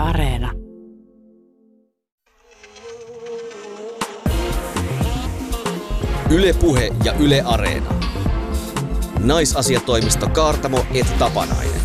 Areena. Yle Puhe ja Yle Areena. Naisasiatoimisto Kaartamo et Tapanainen.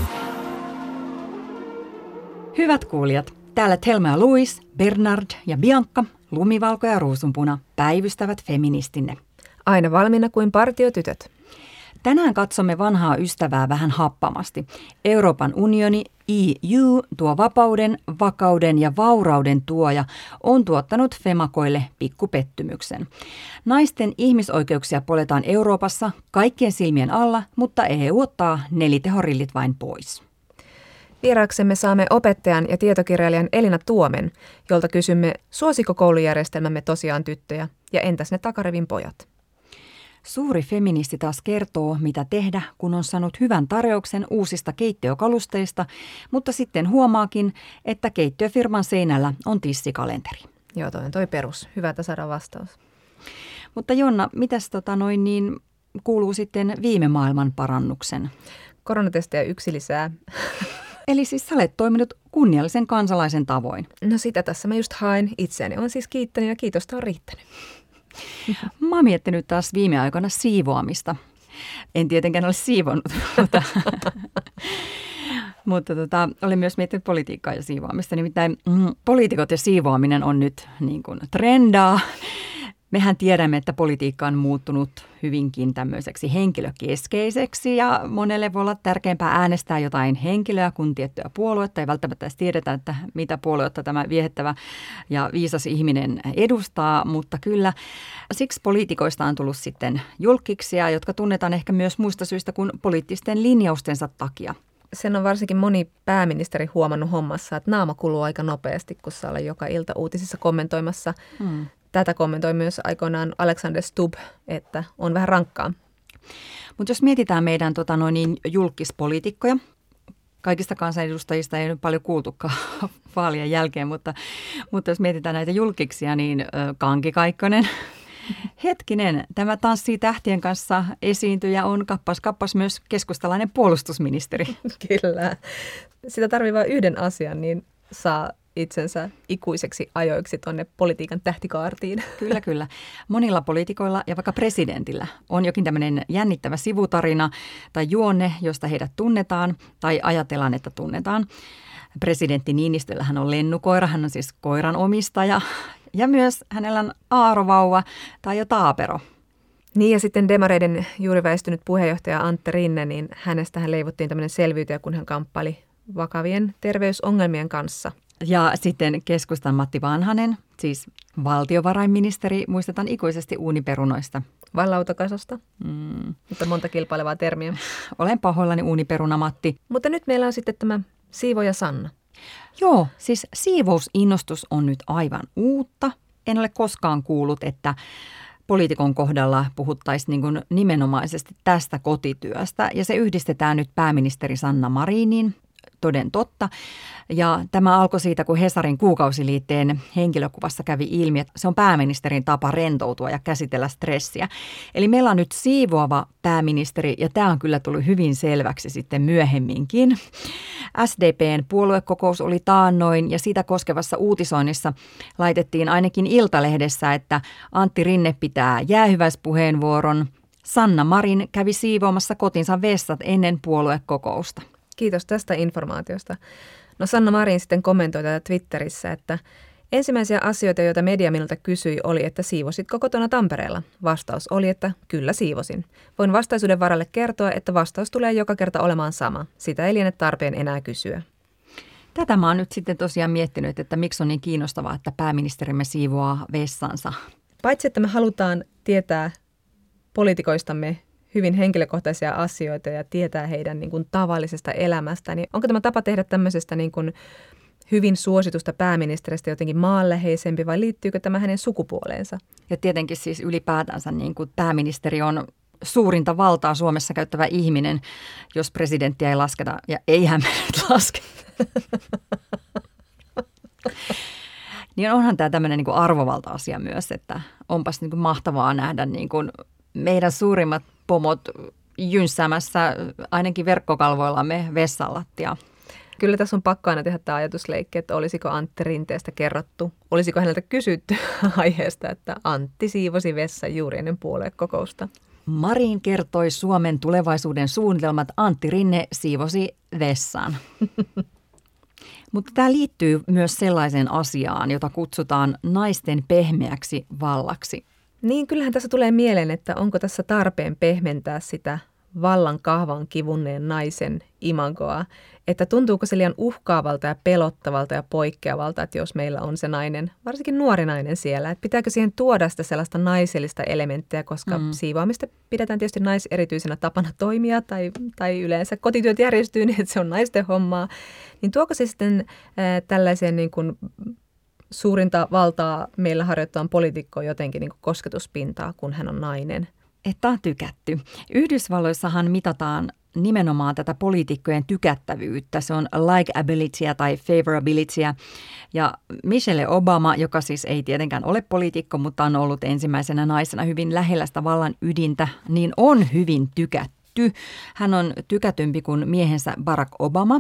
Hyvät kuulijat, täällä Thelma ja Louise, Bernard ja Bianca, lumivalko ja ruusunpuna, päivystävät feministinne. Aina valmiina kuin partiotytöt. Tänään katsomme vanhaa ystävää vähän happamasti. Euroopan unioni, EU, tuo vapauden, vakauden ja vaurauden tuoja, on tuottanut femakoille pikkupettymyksen. Naisten ihmisoikeuksia poletaan Euroopassa kaikkien silmien alla, mutta EU ottaa nelitehorillit vain pois. Vieraaksemme saamme opettajan ja tietokirjailijan Elina Tuomen, jolta kysymme, suosiko koulujärjestelmämme tosiaan tyttöjä ja entäs ne takarivin pojat? Suuri feministi taas kertoo, mitä tehdä, kun on saanut hyvän tarjouksen uusista keittiökalusteista, mutta sitten huomaakin, että keittiöfirman seinällä on tissikalenteri. Joo, toi perus. Hyvä, että saadaan vastaus. Mutta Jonna, mitäs kuuluu sitten viime maailman parannuksen? Koronatestejä yksi lisää. Eli siis sä olet toiminut kunniallisen kansalaisen tavoin. No sitä tässä mä just haen. Itseäni on siis kiittänyt ja kiitosta on riittänyt. Mä oon miettinyt taas viime aikoina siivoamista. En tietenkään ole siivonnut, mutta olen myös miettinyt politiikkaa ja siivoamista. Nimittäin poliitikot ja siivoaminen on nyt niin kuin trendaa. Mehän tiedämme, että politiikka on muuttunut hyvinkin tämmöiseksi henkilökeskeiseksi ja monelle voi olla tärkeämpää äänestää jotain henkilöä kuin tiettyä puoluetta. Ei välttämättä edes tiedetä, että mitä puoluetta tämä viehättävä ja viisas ihminen edustaa, mutta kyllä siksi poliitikoista on tullut sitten julkkiksia, jotka tunnetaan ehkä myös muista syistä kuin poliittisten linjaustensa takia. Sen on varsinkin moni pääministeri huomannut hommassa, että naama kuluu aika nopeasti, kun saa olla joka ilta uutisissa kommentoimassa. Tätä kommentoi myös aikoinaan Alexander Stubb, että on vähän rankkaa. Mutta jos mietitään meidän julkispoliitikkoja, kaikista kansanedustajista ei nyt paljon kuultukaan vaalien jälkeen, mutta jos mietitään näitä julkiksia, niin Kanki Kaikkonen, hetkinen, tämä Tanssii tähtien kanssa esiintyjä on kappas myös keskustalainen puolustusministeri. Kyllä. Sitä tarvii vain yhden asian, niin saa itsensä ikuiseksi ajoiksi tuonne politiikan tähtikaartiin. Kyllä. Monilla poliitikoilla ja vaikka presidentillä on jokin tämmöinen jännittävä sivutarina tai juonne, josta heidät tunnetaan tai ajatellaan, että tunnetaan. Presidentti Niinistöllähän on lennukoira, hän on siis koiran omistaja ja myös hänellä on aarovauva tai jo taapero. Niin ja sitten demareiden juuri väistynyt puheenjohtaja Antti Rinne, niin hänestähän leivottiin tämmöinen selviytyjä, kun hän kamppaili vakavien terveysongelmien kanssa. Ja sitten keskustan Matti Vanhanen, siis valtiovarainministeri, muistetaan ikuisesti uuniperunoista. Vai lautakasasta, mutta monta kilpailevaa termiä. Olen pahoillani uuniperuna Matti. Mutta nyt meillä on sitten tämä siivoja Sanna. Joo, siis siivousinnostus on nyt aivan uutta. En ole koskaan kuullut, että poliitikon kohdalla puhuttaisiin niin kuin nimenomaisesti tästä kotityöstä. Ja se yhdistetään nyt pääministeri Sanna Mariniin. Toden totta. Ja tämä alkoi siitä, kun Hesarin kuukausiliitteen henkilökuvassa kävi ilmi, että se on pääministerin tapa rentoutua ja käsitellä stressiä. Eli meillä on nyt siivoava pääministeri ja tämä on kyllä tullut hyvin selväksi sitten myöhemminkin. SDPn puoluekokous oli taannoin ja sitä koskevassa uutisoinnissa laitettiin ainakin Iltalehdessä, että Antti Rinne pitää jäähyväispuheenvuoron. Sanna Marin kävi siivoamassa kotinsa vessat ennen puoluekokousta. Kiitos tästä informaatiosta. No Sanna Marin sitten kommentoi tätä Twitterissä, että ensimmäisiä asioita, joita media minulta kysyi, oli, että siivositko kotona Tampereella? Vastaus oli, että kyllä siivosin. Voin vastaisuuden varalle kertoa, että vastaus tulee joka kerta olemaan sama. Sitä ei liene tarpeen enää kysyä. Tätä mä oon nyt sitten tosiaan miettinyt, että miksi on niin kiinnostavaa, että pääministerimme siivoaa vessansa. Paitsi, että me halutaan tietää poliitikoistamme hyvin henkilökohtaisia asioita ja tietää heidän niin kuin tavallisesta elämästä, niin onko tämä tapa tehdä tämmöisestä niin kuin hyvin suositusta pääministeristä jotenkin maanläheisempi vai liittyykö tämä hänen sukupuoleensa? Ja tietenkin siis ylipäätänsä niin kuin pääministeri on suurinta valtaa Suomessa käyttävä ihminen, jos presidenttiä ei lasketa ja eihän me nyt lasketa. Niin onhan tämä tämmöinen niin kuin arvovalta-asia myös, että onpas niin kuin mahtavaa nähdä niin kuin meidän suurimmat pomot jynssäämässä ainakin verkkokalvoillamme vessanlattia. Kyllä tässä on pakko aina tehdä tämä ajatusleikki, että olisiko Antti Rinteestä kerrottu, olisiko häneltä kysytty aiheesta, että Antti siivosi vessan juuri ennen puoluekokousta. Marin kertoi Suomen tulevaisuuden suunnitelmat, Antti Rinne siivosi vessan. Mutta tämä liittyy myös sellaiseen asiaan, jota kutsutaan naisten pehmeäksi vallaksi. Niin, kyllähän tässä tulee mieleen, että onko tässä tarpeen pehmentää sitä vallan kahvan kivunneen naisen imagoa, että tuntuuko se liian uhkaavalta ja pelottavalta ja poikkeavalta, että jos meillä on se nainen, varsinkin nuori nainen siellä, että pitääkö siihen tuoda sitä sellaista naisellista elementtiä, koska siivoamista pidetään tietysti naiserityisenä tapana toimia tai yleensä kotityöt järjestyy niin, että se on naisten hommaa, niin tuoko se sitten tällaiseen niin kuin suurinta valtaa meillä harjoittavan poliitikkoon jotenkin niin kuin kosketuspintaa, kun hän on nainen? Että on tykätty. Yhdysvalloissahan mitataan nimenomaan tätä poliitikkojen tykättävyyttä. Se on likabilityä tai favorabilityä. Ja Michelle Obama, joka siis ei tietenkään ole poliitikko, mutta on ollut ensimmäisenä naisena hyvin lähellä sitä vallan ydintä, niin on hyvin tykätty. Hän on tykätympi kuin miehensä Barack Obama.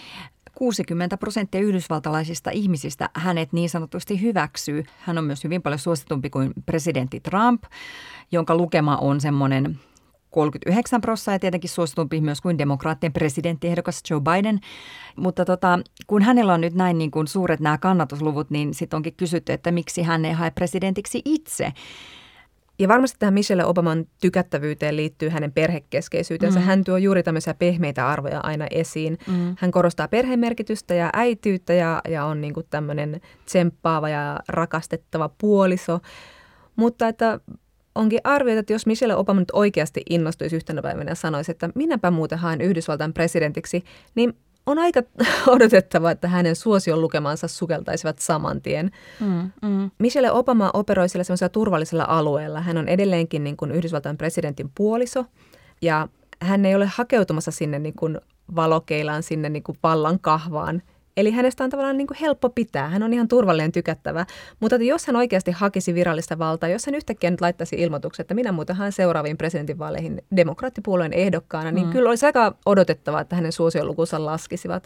60% yhdysvaltalaisista ihmisistä hänet niin sanotusti hyväksyy. Hän on myös hyvin paljon suositumpi kuin presidentti Trump, jonka lukema on semmoinen 39% ja tietenkin suositumpi myös kuin demokraattien presidenttiehdokas Joe Biden. Mutta kun hänellä on nyt näin niin kuin suuret nämä kannatusluvut, niin sitten onkin kysytty, että miksi hän ei hae presidentiksi itse. Ja varmasti tähän Michelle Obaman tykättävyyteen liittyy hänen perhekeskeisyytensä. Hän tuo juuri tämmöisiä pehmeitä arvoja aina esiin. Hän korostaa perhemerkitystä ja äityyttä ja on niin kuin tämmöinen tsemppaava ja rakastettava puoliso. Mutta että onkin arvioitu, että jos Michelle Obama nyt oikeasti innostuisi yhtenä päivänä ja sanoisi, että minäpä muuten haen Yhdysvaltain presidentiksi, niin on aika odotettava, että hänen suosion lukemansa sukeltaisivat saman tien. Michelle Obama operoi sillä semmoisella turvallisella alueella. Hän on edelleenkin niin kuin Yhdysvaltain presidentin puoliso ja hän ei ole hakeutumassa sinne niin kuin valokeilaan, sinne niin kuin vallan kahvaan. Eli hänestä on tavallaan niin kuin helppo pitää. Hän on ihan turvallinen tykättävä. Mutta että jos hän oikeasti hakisi virallista valtaa, jos hän yhtäkkiä nyt laittaisi ilmoituksen, että minä muuten haen seuraaviin presidentinvaaleihin demokraattipuolueen ehdokkaana, niin kyllä olisi aika odotettavaa, että hänen suosiolukunsa laskisivat.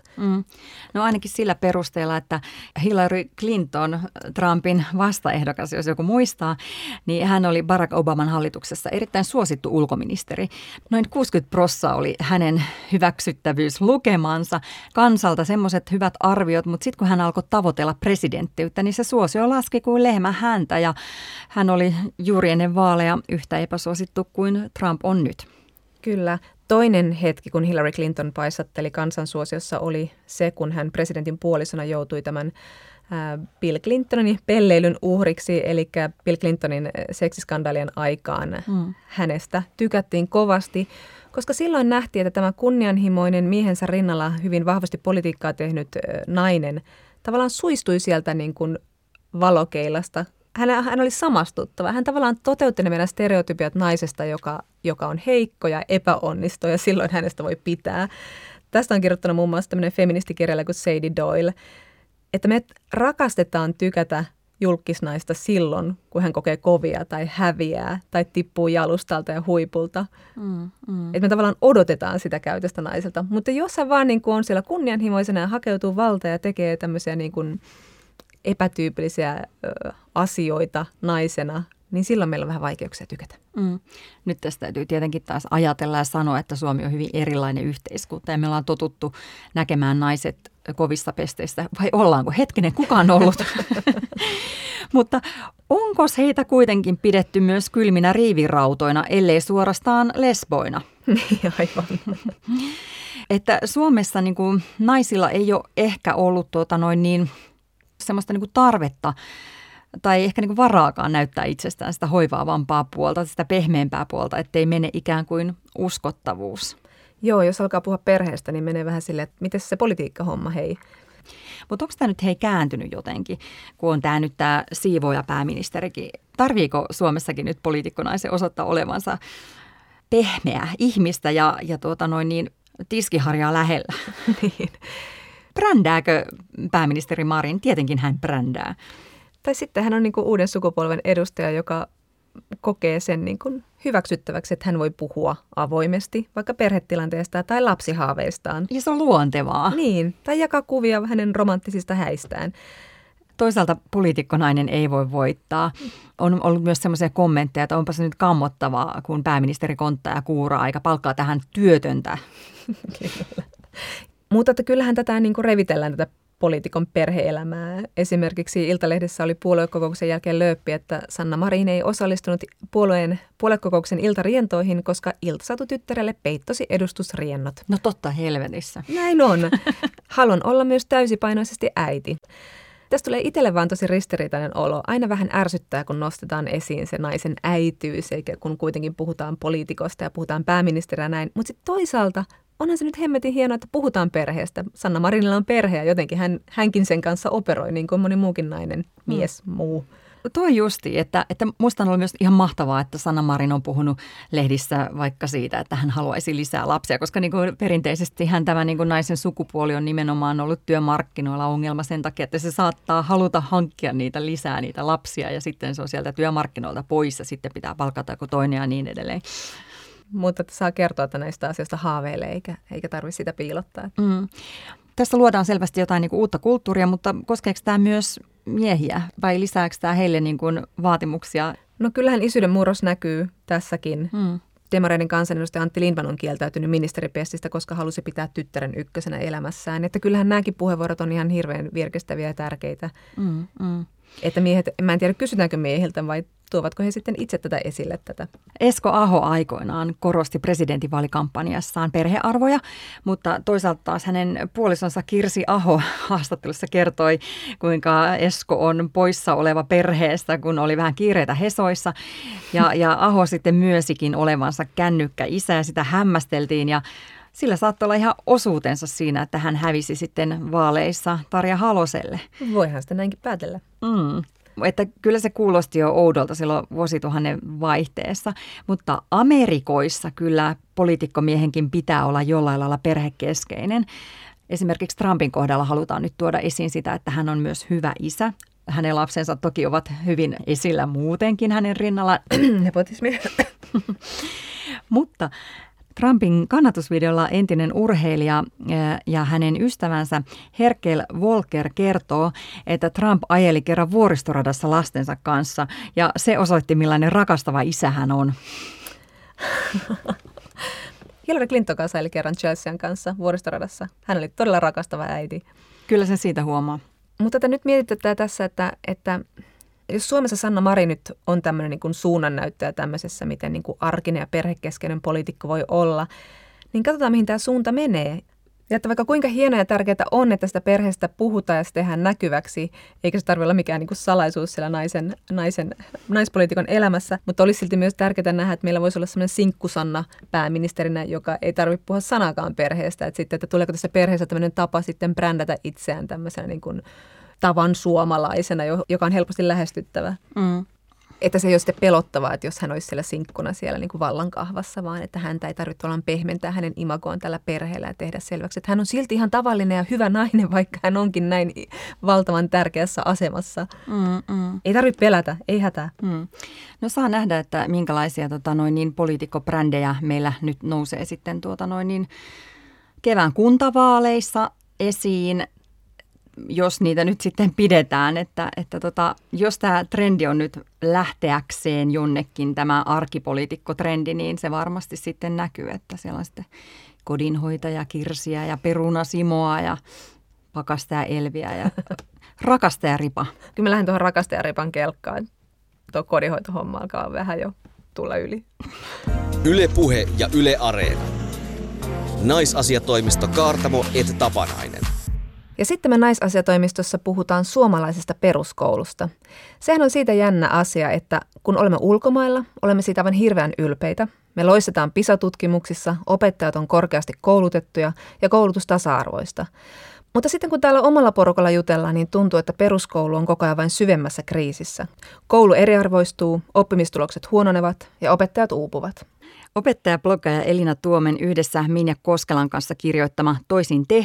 No ainakin sillä perusteella, että Hillary Clinton, Trumpin vastaehdokas, jos joku muistaa, niin hän oli Barack Obaman hallituksessa erittäin suosittu ulkoministeri. Noin 60% oli hänen hyväksyttävyyslukemansa. Kansalta semmoiset hyvät arviot, mutta sitten kun hän alkoi tavoitella presidenttiyttä, niin se suosio laski kuin lehmä häntä ja hän oli juuri ennen vaaleja yhtä epäsuosittu kuin Trump on nyt. Kyllä. Toinen hetki, kun Hillary Clinton paisatteli kansansuosiossa, oli se, kun hän presidentin puolisona joutui tämän Bill Clintonin pelleilyn uhriksi, eli Bill Clintonin seksiskandaalien aikaan hänestä tykättiin kovasti, koska silloin nähtiin, että tämä kunnianhimoinen miehensä rinnalla hyvin vahvasti politiikkaa tehnyt nainen tavallaan suistui sieltä niin kuin valokeilasta. Hän oli samastuttava. Hän tavallaan toteutti ne meidän stereotypiat naisesta, joka on heikko ja epäonnistuu ja silloin hänestä voi pitää. Tästä on kirjoittanut muun muassa tämmöinen feministikirjailija kuin Sadie Doyle, että me rakastetaan tykätä julkisnaista silloin, kun hän kokee kovia tai häviää tai tippuu jalustalta ja huipulta. Että me tavallaan odotetaan sitä käytöstä naiselta. Mutta jos hän vaan niin kuin on siellä kunnianhimoisena ja hakeutuu valtaan ja tekee tämmöisiä niin kuin epätyypillisiä asioita naisena, niin silloin meillä on vähän vaikeuksia tykätä. Nyt tästä täytyy tietenkin taas ajatella ja sanoa, että Suomi on hyvin erilainen yhteiskunta ja me ollaan totuttu näkemään naiset kovissa pesteissä. Vai ollaanko? Hetkinen, kuka on ollut? Mutta onko heitä kuitenkin pidetty myös kylminä riivirautoina, ellei suorastaan lesboina? Niin, aivan. Että Suomessa niin kuin, naisilla ei ole ehkä ollut semmoista niin kuin tarvetta tai ehkä niin kuin varaakaan näyttää itsestään sitä hoivaavampaa puolta, sitä pehmeämpää puolta, ettei mene ikään kuin uskottavuus. Joo, jos alkaa puhua perheestä, niin menee vähän silleen, että miten se politiikkahomma, hei. Mutta onko tämä nyt kääntynyt jotenkin, kun on tämä nyt tämä siivooja pääministerikin? Tarviiko Suomessakin nyt poliitikkonaisen osoittaa olevansa pehmeä ihmistä ja tiskiharjaa lähellä? Niin. Brändääkö pääministeri Marin? Tietenkin hän brändää. Tai sitten hän on niin kuin uuden sukupolven edustaja, joka kokee sen niin kuin hyväksyttäväksi, että hän voi puhua avoimesti vaikka perhetilanteesta tai lapsihaaveistaan. Ja se on luontevaa. Niin, tai jakaa kuvia hänen romanttisista häistään. Toisaalta poliitikkonainen ei voi voittaa. On ollut myös sellaisia kommentteja, että onpa se nyt kammottavaa, kun pääministeri konttaa ja kuuraa aika palkkaa tähän työtöntä. Mutta että kyllähän tätä niin kuin revitellään tätä poliitikon perhe-elämää. Esimerkiksi Iltalehdessä oli puoluekokouksen jälkeen lööppi, että Sanna Marin ei osallistunut puoluekokouksen iltarientoihin, koska iltasatutyttärelle peittosi edustusriennot. No totta helvetissä. Näin on. Haluan olla myös täysipainoisesti äiti. Tästä tulee itselle vaan tosi ristiriitainen olo. Aina vähän ärsyttää, kun nostetaan esiin se naisen äitiys, eikä kun kuitenkin puhutaan poliitikosta ja puhutaan pääministeriä näin. Mutta sitten toisaalta onhan se nyt hemmetin hienoa, että puhutaan perheestä. Sanna Marinilla on perhe ja jotenkin hänkin sen kanssa operoi, niin kuin moni muukin nainen, mies, muu. Toi justi, että musta on ollut myös ihan mahtavaa, että Sanna Marin on puhunut lehdissä vaikka siitä, että hän haluaisi lisää lapsia, koska niin kuin perinteisesti tämä niin kuin naisen sukupuoli on nimenomaan ollut työmarkkinoilla ongelma sen takia, että se saattaa haluta hankkia niitä lapsia ja sitten se on sieltä työmarkkinoilta pois ja sitten pitää palkata joku toinen ja niin edelleen. Mutta saa kertoa, että näistä asioista haaveilee eikä tarvitse sitä piilottaa. Tässä luodaan selvästi jotain niin kuin uutta kulttuuria, mutta koskeeko tämä myös miehiä vai lisääkö tämä heille niin kuin vaatimuksia? No kyllähän isyyden murros näkyy tässäkin. Demareiden kansanedustaja Antti Lindtman on kieltäytynyt ministeripestistä, koska halusi pitää tyttären ykkösenä elämässään. Että kyllähän nämäkin puheenvuorot on ihan hirveän virkistäviä ja tärkeitä. Että miehet, mä en tiedä kysytäänkö miehiltä vai tuovatko he sitten itse tätä esille tätä. Esko Aho aikoinaan korosti presidentinvaalikampanjassaan perhearvoja, mutta toisaalta taas hänen puolisonsa Kirsi Aho haastattelussa kertoi, kuinka Esko on poissa oleva perheestä, kun oli vähän kiireitä Hesoissa. Ja Aho sitten myösikin olevansa kännykkäisä ja sitä hämmästeltiin ja sillä saattoi olla ihan osuutensa siinä, että hän hävisi sitten vaaleissa Tarja Haloselle. Voihan sitä näinkin päätellä. Että kyllä se kuulosti jo oudolta silloin vuosituhannen vaihteessa, mutta Amerikoissa kyllä poliitikkomiehenkin pitää olla jollain lailla perhekeskeinen. Esimerkiksi Trumpin kohdalla halutaan nyt tuoda esiin sitä, että hän on myös hyvä isä. Hänen lapsensa toki ovat hyvin esillä muutenkin hänen rinnallaan. Nepotismi. Mutta Trumpin kannatusvideolla entinen urheilija ja hänen ystävänsä Herkel Volker kertoo, että Trump ajeli kerran vuoristoradassa lastensa kanssa ja se osoitti millainen rakastava isä hän on. Hillary Clinton kanssa eli kerran Chelsean kanssa vuoristoradassa. Hän oli todella rakastava äiti. Kyllä sen siitä huomaa. Mutta nyt mietityttää tässä, että jos Suomessa Sanna Marin nyt on tämmöinen niin kuin suunnannäyttäjä tämmöisessä, miten niin kuin arkinen ja perhekeskeinen poliitikko voi olla, niin katsotaan, mihin tämä suunta menee. Ja että vaikka kuinka hienoa ja tärkeää on, että sitä perheestä puhutaan ja se tehdään näkyväksi, eikä se tarvitse olla mikään niin kuin salaisuus siellä naispoliitikon elämässä, mutta olisi silti myös tärkeää nähdä, että meillä voisi olla sellainen sinkkusanna pääministerinä, joka ei tarvitse puhua sanakaan perheestä. Että tuleeko tässä perheessä tämmöinen tapa sitten brändätä itseään tämmöisenä niin kuin tavan suomalaisena, joka on helposti lähestyttävä. Että se ei ole sitten pelottavaa, että jos hän olisi siellä sinkkuna siellä niin kuin vallankahvassa, vaan että häntä ei tarvitse olla pehmentää hänen imagoon tällä perheellä ja tehdä selväksi, että hän on silti ihan tavallinen ja hyvä nainen, vaikka hän onkin näin valtavan tärkeässä asemassa. Ei tarvitse pelätä, ei hätää. No saa nähdä, että minkälaisia poliitikkobrändejä meillä nyt nousee sitten kevään kuntavaaleissa esiin. Jos niitä nyt sitten pidetään, että jos tämä trendi on nyt lähteäkseen jonnekin, tämä arkipoliitikkotrendi, niin se varmasti sitten näkyy, että siellä on sitten kodinhoitaja Kirsiä ja peruna Simoa ja pakastaja Elviä ja rakastaja Ripa. Kyllä mä lähden tuohon rakastaja Ripan kelkkaan. Tuo kodinhoitohomma alkaa vähän jo tulla yli. Yle Puhe ja Yle Areena. Naisasiatoimisto Kaartamo et Tapanainen. Ja sitten me naisasiatoimistossa puhutaan suomalaisesta peruskoulusta. Sehän on siitä jännä asia, että kun olemme ulkomailla, olemme siitä aivan hirveän ylpeitä. Me loistetaan PISA-tutkimuksissa, opettajat on korkeasti koulutettuja ja koulutus tasa-arvoista. Mutta sitten kun täällä omalla porukalla jutellaan, niin tuntuu, että peruskoulu on koko ajan vain syvemmässä kriisissä. Koulu eriarvoistuu, oppimistulokset huononevat ja opettajat uupuvat. Opettaja-bloggaaja Elina Tuomen yhdessä Minja Koskelan kanssa kirjoittama Toisin tehty,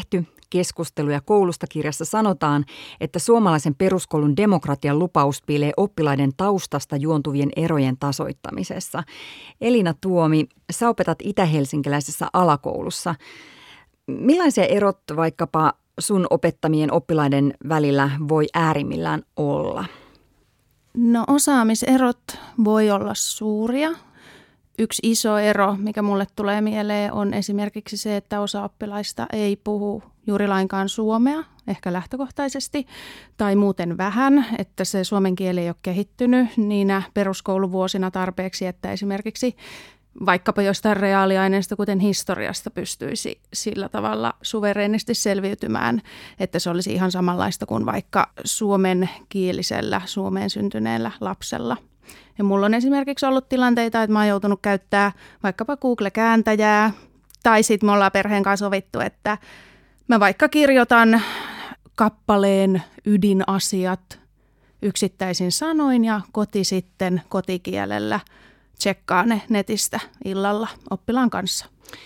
keskusteluja koulusta -kirjassa sanotaan, että suomalaisen peruskoulun demokratian lupaus piilee oppilaiden taustasta juontuvien erojen tasoittamisessa. Elina Tuomi, sä opetat itä-helsinkiläisessä alakoulussa. Millaisia erot vaikkapa sun opettamien oppilaiden välillä voi äärimmillään olla? No osaamiserot voi olla suuria. Yksi iso ero, mikä mulle tulee mieleen, on esimerkiksi se, että osa oppilaista ei puhu juuri lainkaan suomea, ehkä lähtökohtaisesti, tai muuten vähän, että se suomen kieli ei ole kehittynyt niinä peruskouluvuosina tarpeeksi, että esimerkiksi vaikkapa jostain reaaliaineesta, kuten historiasta, pystyisi sillä tavalla suvereenisti selviytymään, että se olisi ihan samanlaista kuin vaikka suomenkielisellä, Suomeen syntyneellä lapsella. Ja mulla on esimerkiksi ollut tilanteita, että mä oon joutunut käyttää vaikkapa Google-kääntäjää, tai sitten me ollaan perheen kanssa sovittu, että mä vaikka kirjoitan kappaleen ydinasiat yksittäisin sanoin ja koti sitten kotikielellä tsekkaa ne netistä illalla oppilaan kanssa.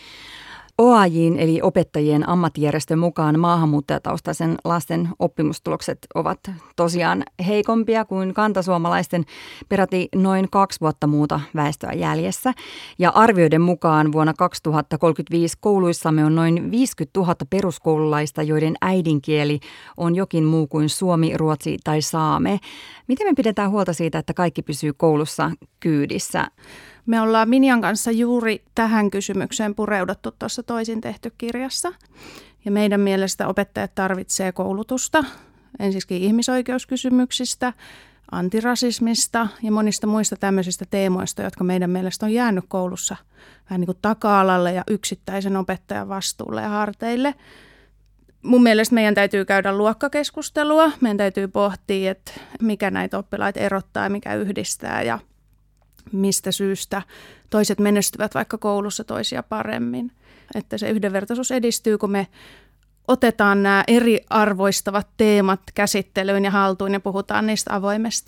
OAJ:n eli opettajien ammattijärjestön mukaan maahanmuuttajataustaisen lasten oppimistulokset ovat tosiaan heikompia kuin kantasuomalaisten, peräti noin 2 vuotta muuta väestöä jäljessä. Ja arvioiden mukaan vuonna 2035 kouluissamme on noin 50 000 peruskoululaista, joiden äidinkieli on jokin muu kuin suomi, ruotsi tai saame. Miten me pidetään huolta siitä, että kaikki pysyy koulussa kyydissä? Me ollaan Minjan kanssa juuri tähän kysymykseen pureuduttu tuossa Toisin tehty -kirjassa. Ja meidän mielestä opettajat tarvitsee koulutusta ensisikin ihmisoikeuskysymyksistä, antirasismista ja monista muista tämmöisistä teemoista, jotka meidän mielestä on jäänyt koulussa vähän niin kuin taka-alalle ja yksittäisen opettajan vastuulle ja harteille. Mun mielestä meidän täytyy käydä luokkakeskustelua. Meidän täytyy pohtia, että mikä näitä oppilaita erottaa ja mikä yhdistää ja mistä syystä toiset menestyvät vaikka koulussa toisia paremmin. Että se yhdenvertaisuus edistyy, kun me otetaan nämä eriarvoistavat teemat käsittelyyn ja haltuun ja puhutaan niistä avoimesti.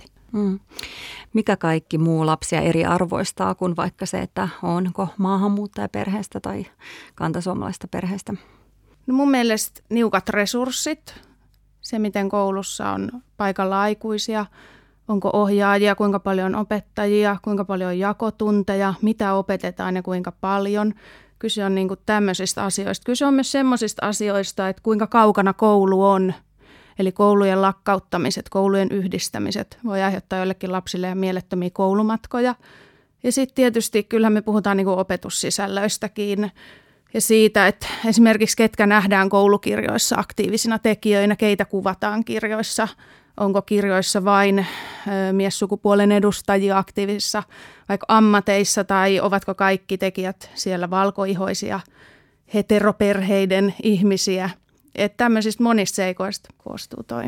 Mikä kaikki muu lapsia eriarvoistaa kuin vaikka se, että onko maahanmuuttajaperheestä tai kantasuomalaista perheestä? No mun mielestä niukat resurssit, se miten koulussa on paikalla aikuisia, onko ohjaajia, kuinka paljon opettajia, kuinka paljon jakotunteja, mitä opetetaan ja kuinka paljon. Kyse on niin kuin tämmöisistä asioista. Kyse on myös semmoisista asioista, että kuinka kaukana koulu on. Eli koulujen lakkauttamiset, koulujen yhdistämiset voi aiheuttaa joillekin lapsille mielettömiä koulumatkoja. Ja sitten tietysti kyllähän me puhutaan niin kuin opetussisällöistäkin ja siitä, että esimerkiksi ketkä nähdään koulukirjoissa aktiivisina tekijöinä, keitä kuvataan kirjoissa. Onko kirjoissa vain miessukupuolen edustajia aktiivisissa vaikka ammateissa tai ovatko kaikki tekijät siellä valkoihoisia heteroperheiden ihmisiä. Että tämmöisistä monista seikoista koostuu toi.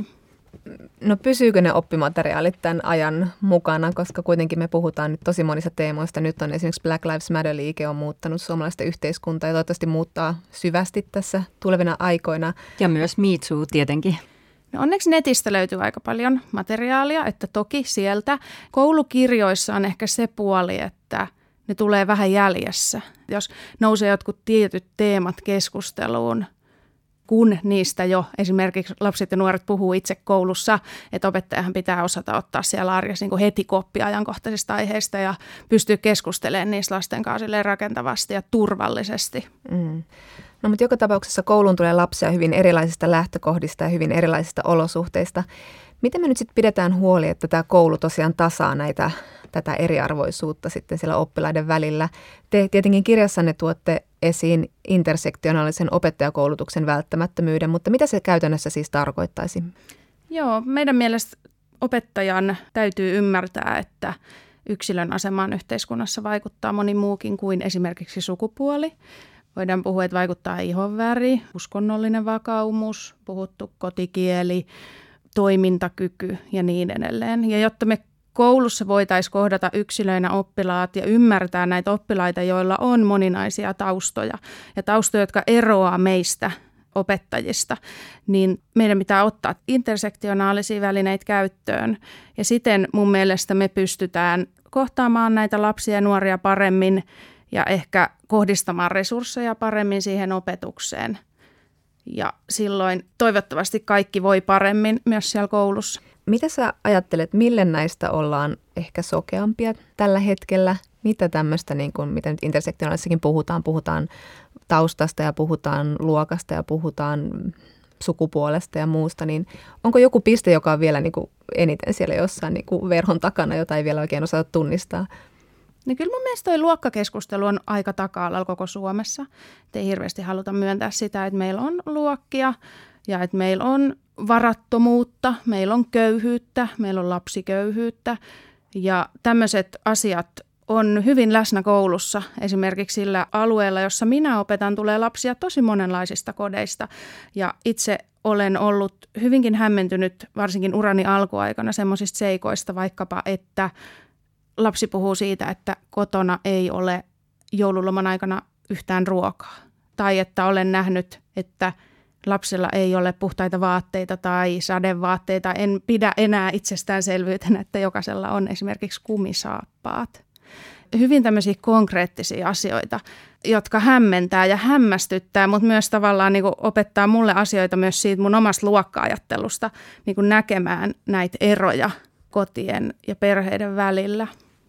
No pysyykö ne oppimateriaalit tämän ajan mukana, koska kuitenkin me puhutaan nyt tosi monista teemoista. Nyt on esimerkiksi Black Lives Matter-liike on muuttanut suomalaista yhteiskuntaa ja toivottavasti muuttaa syvästi tässä tulevina aikoina. Ja myös Me Too tietenkin. No onneksi netistä löytyy aika paljon materiaalia, että toki sieltä koulukirjoissa on ehkä se puoli, että ne tulee vähän jäljessä. Jos nousee jotkut tietyt teemat keskusteluun, kun niistä jo esimerkiksi lapset ja nuoret puhuu itse koulussa, että opettajahan pitää osata ottaa siellä arjessa niin kuin heti koppia ajankohtaisista aiheista ja pystyy keskustelemaan niistä lasten kanssa rakentavasti ja turvallisesti. No mutta joka tapauksessa kouluun tulee lapsia hyvin erilaisista lähtökohdista ja hyvin erilaisista olosuhteista. Miten me nyt sitten pidetään huoli, että tämä koulu tosiaan tasaa tätä eriarvoisuutta sitten siellä oppilaiden välillä? Te tietenkin kirjassanne tuotte esiin intersektionaalisen opettajakoulutuksen välttämättömyyden, mutta mitä se käytännössä siis tarkoittaisi? Joo, meidän mielestä opettajan täytyy ymmärtää, että yksilön asemaan yhteiskunnassa vaikuttaa moni muukin kuin esimerkiksi sukupuoli. Voidaan puhua, että vaikuttaa ihonväri, uskonnollinen vakaumus, puhuttu kotikieli, toimintakyky ja niin edelleen. Ja jotta me koulussa voitaisiin kohdata yksilöinä oppilaat ja ymmärtää näitä oppilaita, joilla on moninaisia taustoja ja taustoja, jotka eroaa meistä opettajista, niin meidän pitää ottaa intersektionaalisia välineitä käyttöön. Ja siten mun mielestä me pystytään kohtaamaan näitä lapsia ja nuoria paremmin ja ehkä kohdistamaan resursseja paremmin siihen opetukseen. Ja silloin toivottavasti kaikki voi paremmin myös siellä koulussa. Mitä sä ajattelet, mille näistä ollaan ehkä sokeampia tällä hetkellä? Mitä tämmöistä, niin kuin, mitä nyt intersektionaalissakin puhutaan taustasta ja puhutaan luokasta ja puhutaan sukupuolesta ja muusta, niin onko joku piste, joka on vielä niin kuin eniten siellä jossain niin kuin verhon takana, jota ei vielä oikein osata tunnistaa? Niin kyllä mun mielestä toi luokkakeskustelu on aika taka-alalla koko Suomessa. Et ei hirveästi haluta myöntää sitä, että meillä on luokkia ja että meillä on varattomuutta, meillä on köyhyyttä, meillä on lapsiköyhyyttä ja tämmöiset asiat on hyvin läsnä koulussa. Esimerkiksi sillä alueella, jossa minä opetan, tulee lapsia tosi monenlaisista kodeista ja itse olen ollut hyvinkin hämmentynyt varsinkin urani alkuaikana semmoisista seikoista vaikkapa, että lapsi puhuu siitä, että kotona ei ole joululoman aikana yhtään ruokaa. Tai että olen nähnyt, että lapsella ei ole puhtaita vaatteita tai sadevaatteita. En pidä enää itsestäänselvyytenä, että jokaisella on esimerkiksi kumisaappaat. Hyvin tämmöisiä konkreettisia asioita, jotka hämmentää ja hämmästyttää, mutta myös tavallaan niin kuin opettaa mulle asioita myös siitä mun omasta luokka-ajattelusta niin kuin näkemään näitä eroja kotien ja perheiden välillä.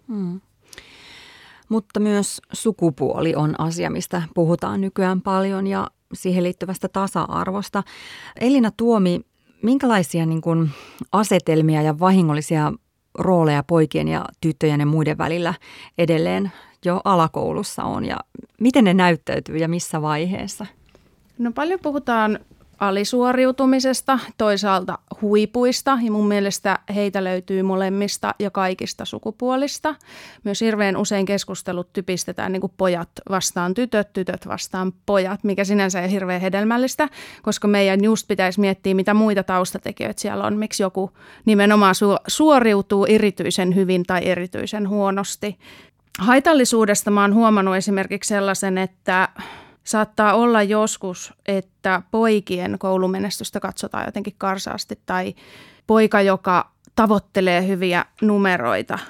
Mutta myös sukupuoli on asia, mistä puhutaan nykyään paljon ja siihen liittyvästä tasa-arvosta. Elina Tuomi, minkälaisia niin kuin asetelmia ja vahingollisia rooleja poikien ja tyttöjen ja muiden välillä edelleen jo alakoulussa on ja miten ne näyttäytyy ja missä vaiheessa? No paljon puhutaan alisuoriutumisesta, toisaalta huipuista ja mun mielestä heitä löytyy molemmista ja kaikista sukupuolista. Myös hirveän usein keskustelut typistetään niin kuin pojat vastaan tytöt, tytöt vastaan pojat, mikä sinänsä ei hirveän hedelmällistä, koska meidän just pitäisi miettiä, mitä muita taustatekijöitä siellä on, miksi joku nimenomaan suoriutuu erityisen hyvin tai erityisen huonosti. Haitallisuudesta mä oon huomannut esimerkiksi sellaisen, että saattaa olla joskus, että poikien koulumenestystä katsotaan jotenkin karsaasti tai poika, joka tavoittelee hyviä numeroita,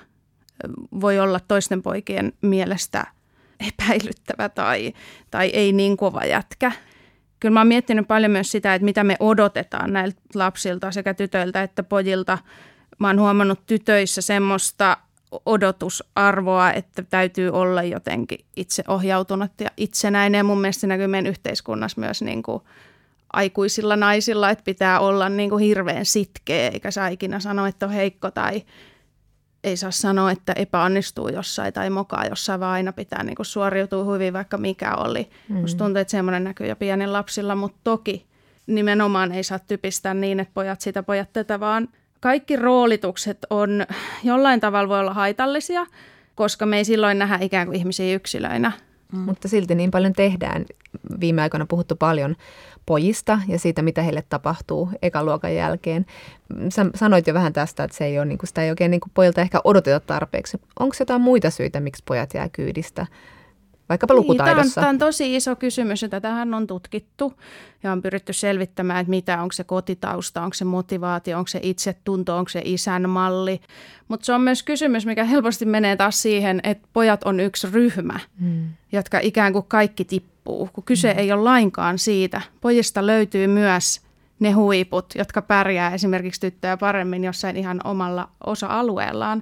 voi olla toisten poikien mielestä epäilyttävä tai ei niin kova jätkä. Kyllä mä oon miettinyt paljon myös sitä, että mitä me odotetaan näiltä lapsilta sekä tytöiltä että pojilta. Mä oon huomannut tytöissä semmoista odotusarvoa, että täytyy olla jotenkin itseohjautunut ja itsenäinen. Mun mielestä se näkyy meidän yhteiskunnassa myös niin kuin aikuisilla naisilla, että pitää olla niin kuin hirveän sitkeä, eikä saa ikinä sanoa, että on heikko tai ei saa sanoa, että epäonnistuu jossain tai mokaa jossain, vaan aina pitää niin kuin suoriutua hyvin, vaikka mikä oli. Musta tuntuu, että semmoinen näkyy jo pienen lapsilla, mutta toki nimenomaan ei saa typistää niin, että pojat sitä, pojat tätä, vaan kaikki roolitukset on jollain tavalla voi olla haitallisia, koska me ei silloin nähdä ikään kuin ihmisiä yksilöinä. Mutta silti niin paljon tehdään. Viime aikoina puhuttu paljon pojista ja siitä, mitä heille tapahtuu ekaluokan jälkeen. Sä sanoit jo vähän tästä, että se ei ole, niin kuin, sitä ei oikein niin kuin pojilta ehkä odoteta tarpeeksi. Onko jotain muita syitä, miksi pojat jää kyydistä? Vaikkapa lukutaidossa. Tämä on tosi iso kysymys ja tätähän on tutkittu ja on pyritty selvittämään, että mitä onko se kotitausta, onko se motivaatio, onko se itsetunto, onko se isän malli. Mutta se on myös kysymys, mikä helposti menee taas siihen, että pojat on yksi ryhmä, jotka ikään kuin kaikki tippuu, kun kyse ei ole lainkaan siitä. Pojista löytyy myös ne huiput, jotka pärjää esimerkiksi tyttöjä paremmin jossain ihan omalla osa-alueellaan.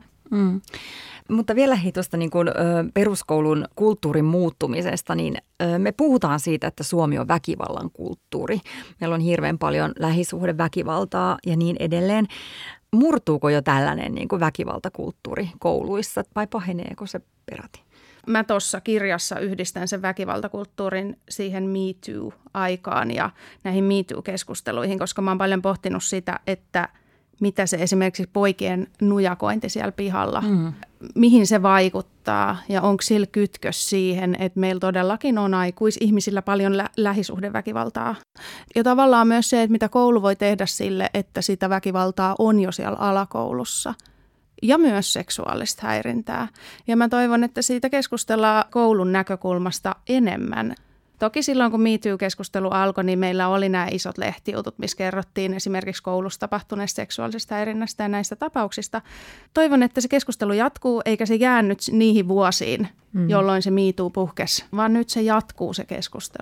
Mutta vielä hei tuosta niin kuin peruskoulun kulttuurin muuttumisesta, niin me puhutaan siitä, että Suomi on väkivallan kulttuuri. Meillä on hirveän paljon lähisuhdeväkivaltaa ja niin edelleen. Murtuuko jo tällainen niin kuin väkivaltakulttuuri kouluissa vai paheneeko se peräti? Mä tuossa kirjassa yhdistän sen väkivaltakulttuurin siihen Me Too-aikaan ja näihin Me Too-keskusteluihin, koska mä oon paljon pohtinut sitä, että mitä se esimerkiksi poikien nujakointi siellä pihalla, mihin se vaikuttaa ja onko sillä kytkös siihen, että meillä todellakin on aikuisihmisillä paljon lähisuhdeväkivaltaa. Ja tavallaan myös se, että mitä koulu voi tehdä sille, että sitä väkivaltaa on jo siellä alakoulussa ja myös seksuaalista häirintää. Ja mä toivon, että siitä keskustellaan koulun näkökulmasta enemmän. Toki silloin, kun Me Too-keskustelu alkoi, niin meillä oli nämä isot lehtijutut, missä kerrottiin esimerkiksi koulussa tapahtuneesta seksuaalisesta häirinnästä ja näistä tapauksista. Toivon, että se keskustelu jatkuu, eikä se jää nyt niihin vuosiin, jolloin se Me Too puhkesi, vaan nyt se jatkuu se keskustelu.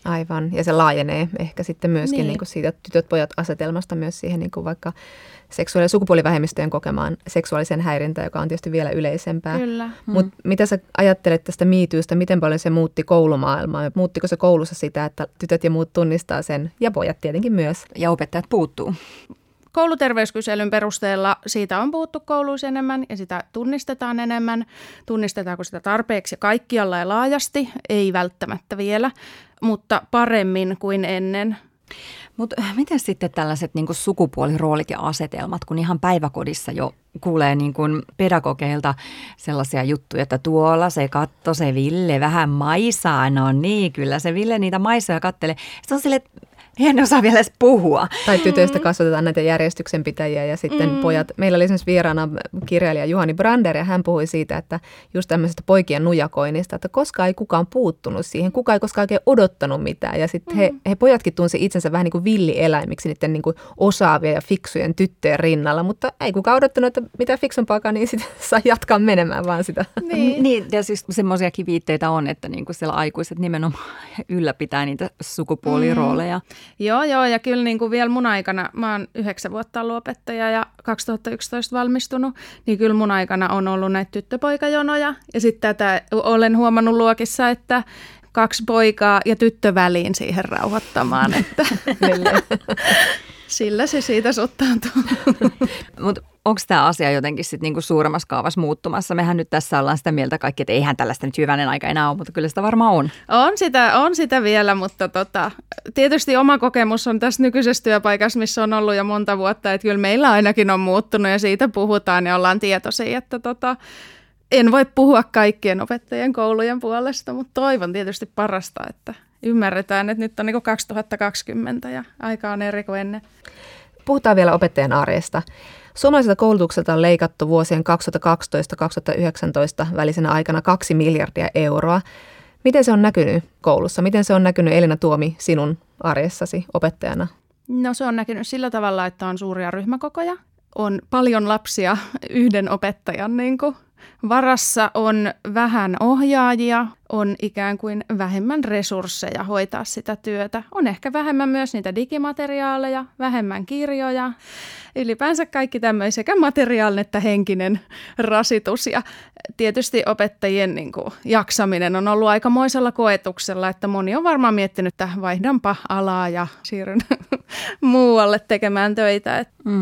Aivan, ja se laajenee ehkä sitten myöskin Niin. niin kuin siitä tytöt-pojat asetelmasta myös siihen niin kuin vaikka seksuaali- ja sukupuolivähemmistöjen kokemaan seksuaalisen häirintään, joka on tietysti vielä yleisempää. Kyllä. Mutta mitä sä ajattelet tästä MeToosta, miten paljon se muutti koulumaailmaa? Muuttiko se koulussa sitä, että tytöt ja muut tunnistaa sen, ja pojat tietenkin myös? Ja opettajat puuttuu. Kouluterveyskyselyn perusteella siitä on puhuttu kouluissa enemmän ja sitä tunnistetaan enemmän. Tunnistetaanko sitä tarpeeksi ja kaikkialla ja laajasti? Ei välttämättä vielä, mutta paremmin kuin ennen. Mutta miten sitten tällaiset niin kuin sukupuoliroolit ja asetelmat, kun ihan päiväkodissa jo kuulee niin kuin pedagogeilta sellaisia juttuja, että tuolla se katto, se Ville vähän maisaa. No niin, kyllä se Ville niitä maisoja kattelee. Sitten on silleen, en osaa vielä edes puhua. Tai tytöistä kasvatetaan näitä järjestyksenpitäjiä ja sitten pojat. Meillä oli esimerkiksi vieraana kirjailija Juhani Brander ja hän puhui siitä, että just tämmöisestä poikien nujakoinnista, että koskaan ei kukaan puuttunut siihen, kukaan ei koskaan oikein odottanut mitään. Ja sitten he pojatkin tunsi itsensä vähän niin kuin villieläimiksi niiden niin kuin osaavia ja fiksujen tyttöjen rinnalla, mutta ei kukaan odottanut, että mitä fiksumpaakaan, niin sitten saa jatkaa menemään vaan sitä. Niin, ja siis semmoisiakin viitteitä on, että niin kuin siellä aikuiset nimenomaan ylläpitää niitä sukupuolirooleja. Joo, ja kyllä niin kuin vielä mun aikana, mä oon 9 vuotta ollut opettaja ja 2011 valmistunut, niin kyllä mun aikana on ollut näitä tyttöpoikajonoja. Ja sitten tätä olen huomannut luokissa, että 2 poikaa ja tyttö väliin siihen rauhoittamaan, että sillä se siitä sottaantuu. Mutta onko tämä asia jotenkin sitten niinku suuremmassa kaavassa muuttumassa? Mehän nyt tässä ollaan sitä mieltä kaikki, että eihän tällaista nyt hyvänen aika enää ole, mutta kyllä sitä varmaan on. On sitä vielä, mutta tietysti oma kokemus on tässä nykyisessä työpaikassa, missä on ollut jo monta vuotta, että kyllä meillä ainakin on muuttunut ja siitä puhutaan ja ollaan tietoisia, että en voi puhua kaikkien opettajien koulujen puolesta, mutta toivon tietysti parasta, että ymmärretään, että nyt on niin kuin 2020 ja aika on eri kuin ennen. Puhutaan vielä opettajan arjesta. Suomalaiselta koulutukselta on leikattu vuosien 2012-2019 välisenä aikana 2 miljardia euroa. Miten se on näkynyt koulussa? Miten se on näkynyt, Elina Tuomi, sinun arjessasi opettajana? No se on näkynyt sillä tavalla, että on suuria ryhmäkokoja. On paljon lapsia yhden opettajan niin kuin varassa, on vähän ohjaajia, on ikään kuin vähemmän resursseja hoitaa sitä työtä. On ehkä vähemmän myös niitä digimateriaaleja, vähemmän kirjoja. Ylipäänsä kaikki tämmöinen sekä materiaalinen että henkinen rasitus. Ja tietysti opettajien niin kuin jaksaminen on ollut aikamoisella koetuksella, että moni on varmaan miettinyt, että vaihdanpa alaa ja siirryn muualle tekemään töitä.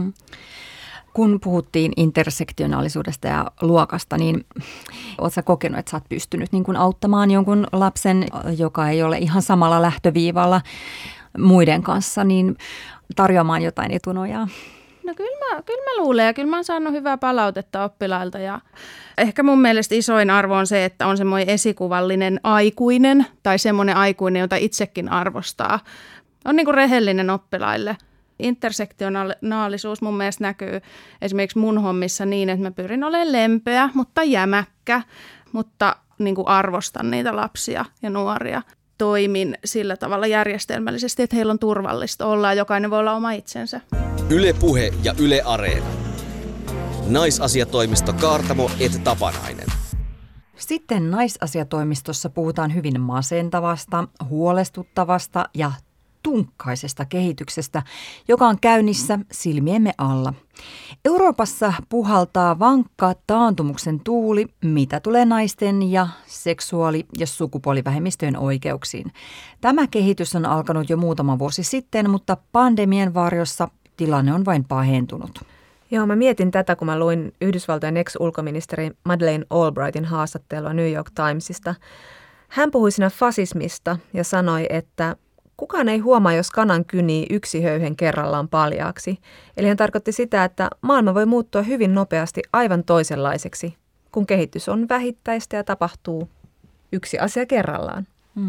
Kun puhuttiin intersektionaalisuudesta ja luokasta, niin oletko sä kokenut, että sä oot pystynyt niin kuin auttamaan jonkun lapsen, joka ei ole ihan samalla lähtöviivalla muiden kanssa, niin tarjoamaan jotain etunojaa? No kyllä mä luulen ja kyllä mä oon saanut hyvää palautetta oppilailta ja ehkä mun mielestä isoin arvo on se, että on semmoinen esikuvallinen aikuinen tai semmoinen aikuinen, jota itsekin arvostaa. On niin kuin rehellinen oppilaille. Intersektionaalisuus mun mielestä näkyy esimerkiksi mun hommissa niin, että mä pyrin olemaan lempeä, mutta jämäkkä, mutta niin kuin arvostan niitä lapsia ja nuoria. Toimin sillä tavalla järjestelmällisesti, että heillä on turvallista olla ja jokainen voi olla oma itsensä. Yle Puhe ja Yle Areena. Naisasiatoimisto Kaartamo et Tapanainen. Sitten naisasiatoimistossa puhutaan hyvin masentavasta, huolestuttavasta ja tunkkaisesta kehityksestä, joka on käynnissä silmiemme alla. Euroopassa puhaltaa vankka taantumuksen tuuli, mitä tulee naisten ja seksuaali- ja sukupuolivähemmistöjen oikeuksiin. Tämä kehitys on alkanut jo muutama vuosi sitten, mutta pandemian varjossa tilanne on vain pahentunut. Joo, mä mietin tätä, kun mä luin Yhdysvaltojen ex-ulkoministeri Madeleine Albrightin haastattelua New York Timesista. Hän puhui siinä fasismista ja sanoi, että kukaan ei huomaa, jos kanan kynii yksi höyhen kerrallaan paljaaksi. Eli hän tarkoitti sitä, että maailma voi muuttua hyvin nopeasti aivan toisenlaiseksi, kun kehitys on vähittäistä ja tapahtuu yksi asia kerrallaan.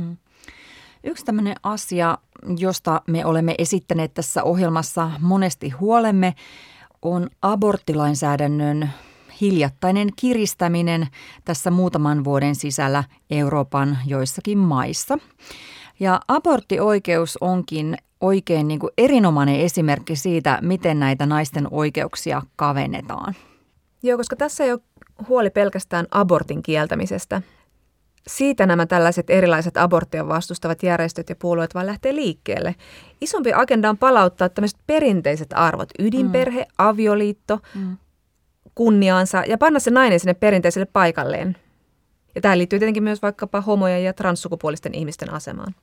Yksi tämmöinen asia, josta me olemme esittäneet tässä ohjelmassa monesti huolemme, on aborttilainsäädännön hiljattainen kiristäminen tässä muutaman vuoden sisällä Euroopan joissakin maissa. Ja aborttioikeus onkin oikein niin kuin erinomainen esimerkki siitä, miten näitä naisten oikeuksia kavennetaan. Joo, koska tässä ei ole huoli pelkästään abortin kieltämisestä. Siitä nämä tällaiset erilaiset aborttia vastustavat järjestöt ja puolueet vaan lähtee liikkeelle. Isompi agenda on palauttaa tämmöiset perinteiset arvot, ydinperhe, avioliitto, kunniaansa ja panna se nainen sinne perinteiselle paikalleen. Ja tämä liittyy tietenkin myös vaikkapa homojen ja transsukupuolisten ihmisten asemaan.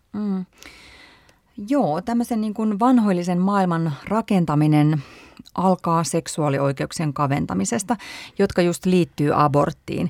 Joo, tämmöisen niin kuin vanhoillisen maailman rakentaminen alkaa seksuaalioikeuksien kaventamisesta, jotka just liittyy aborttiin.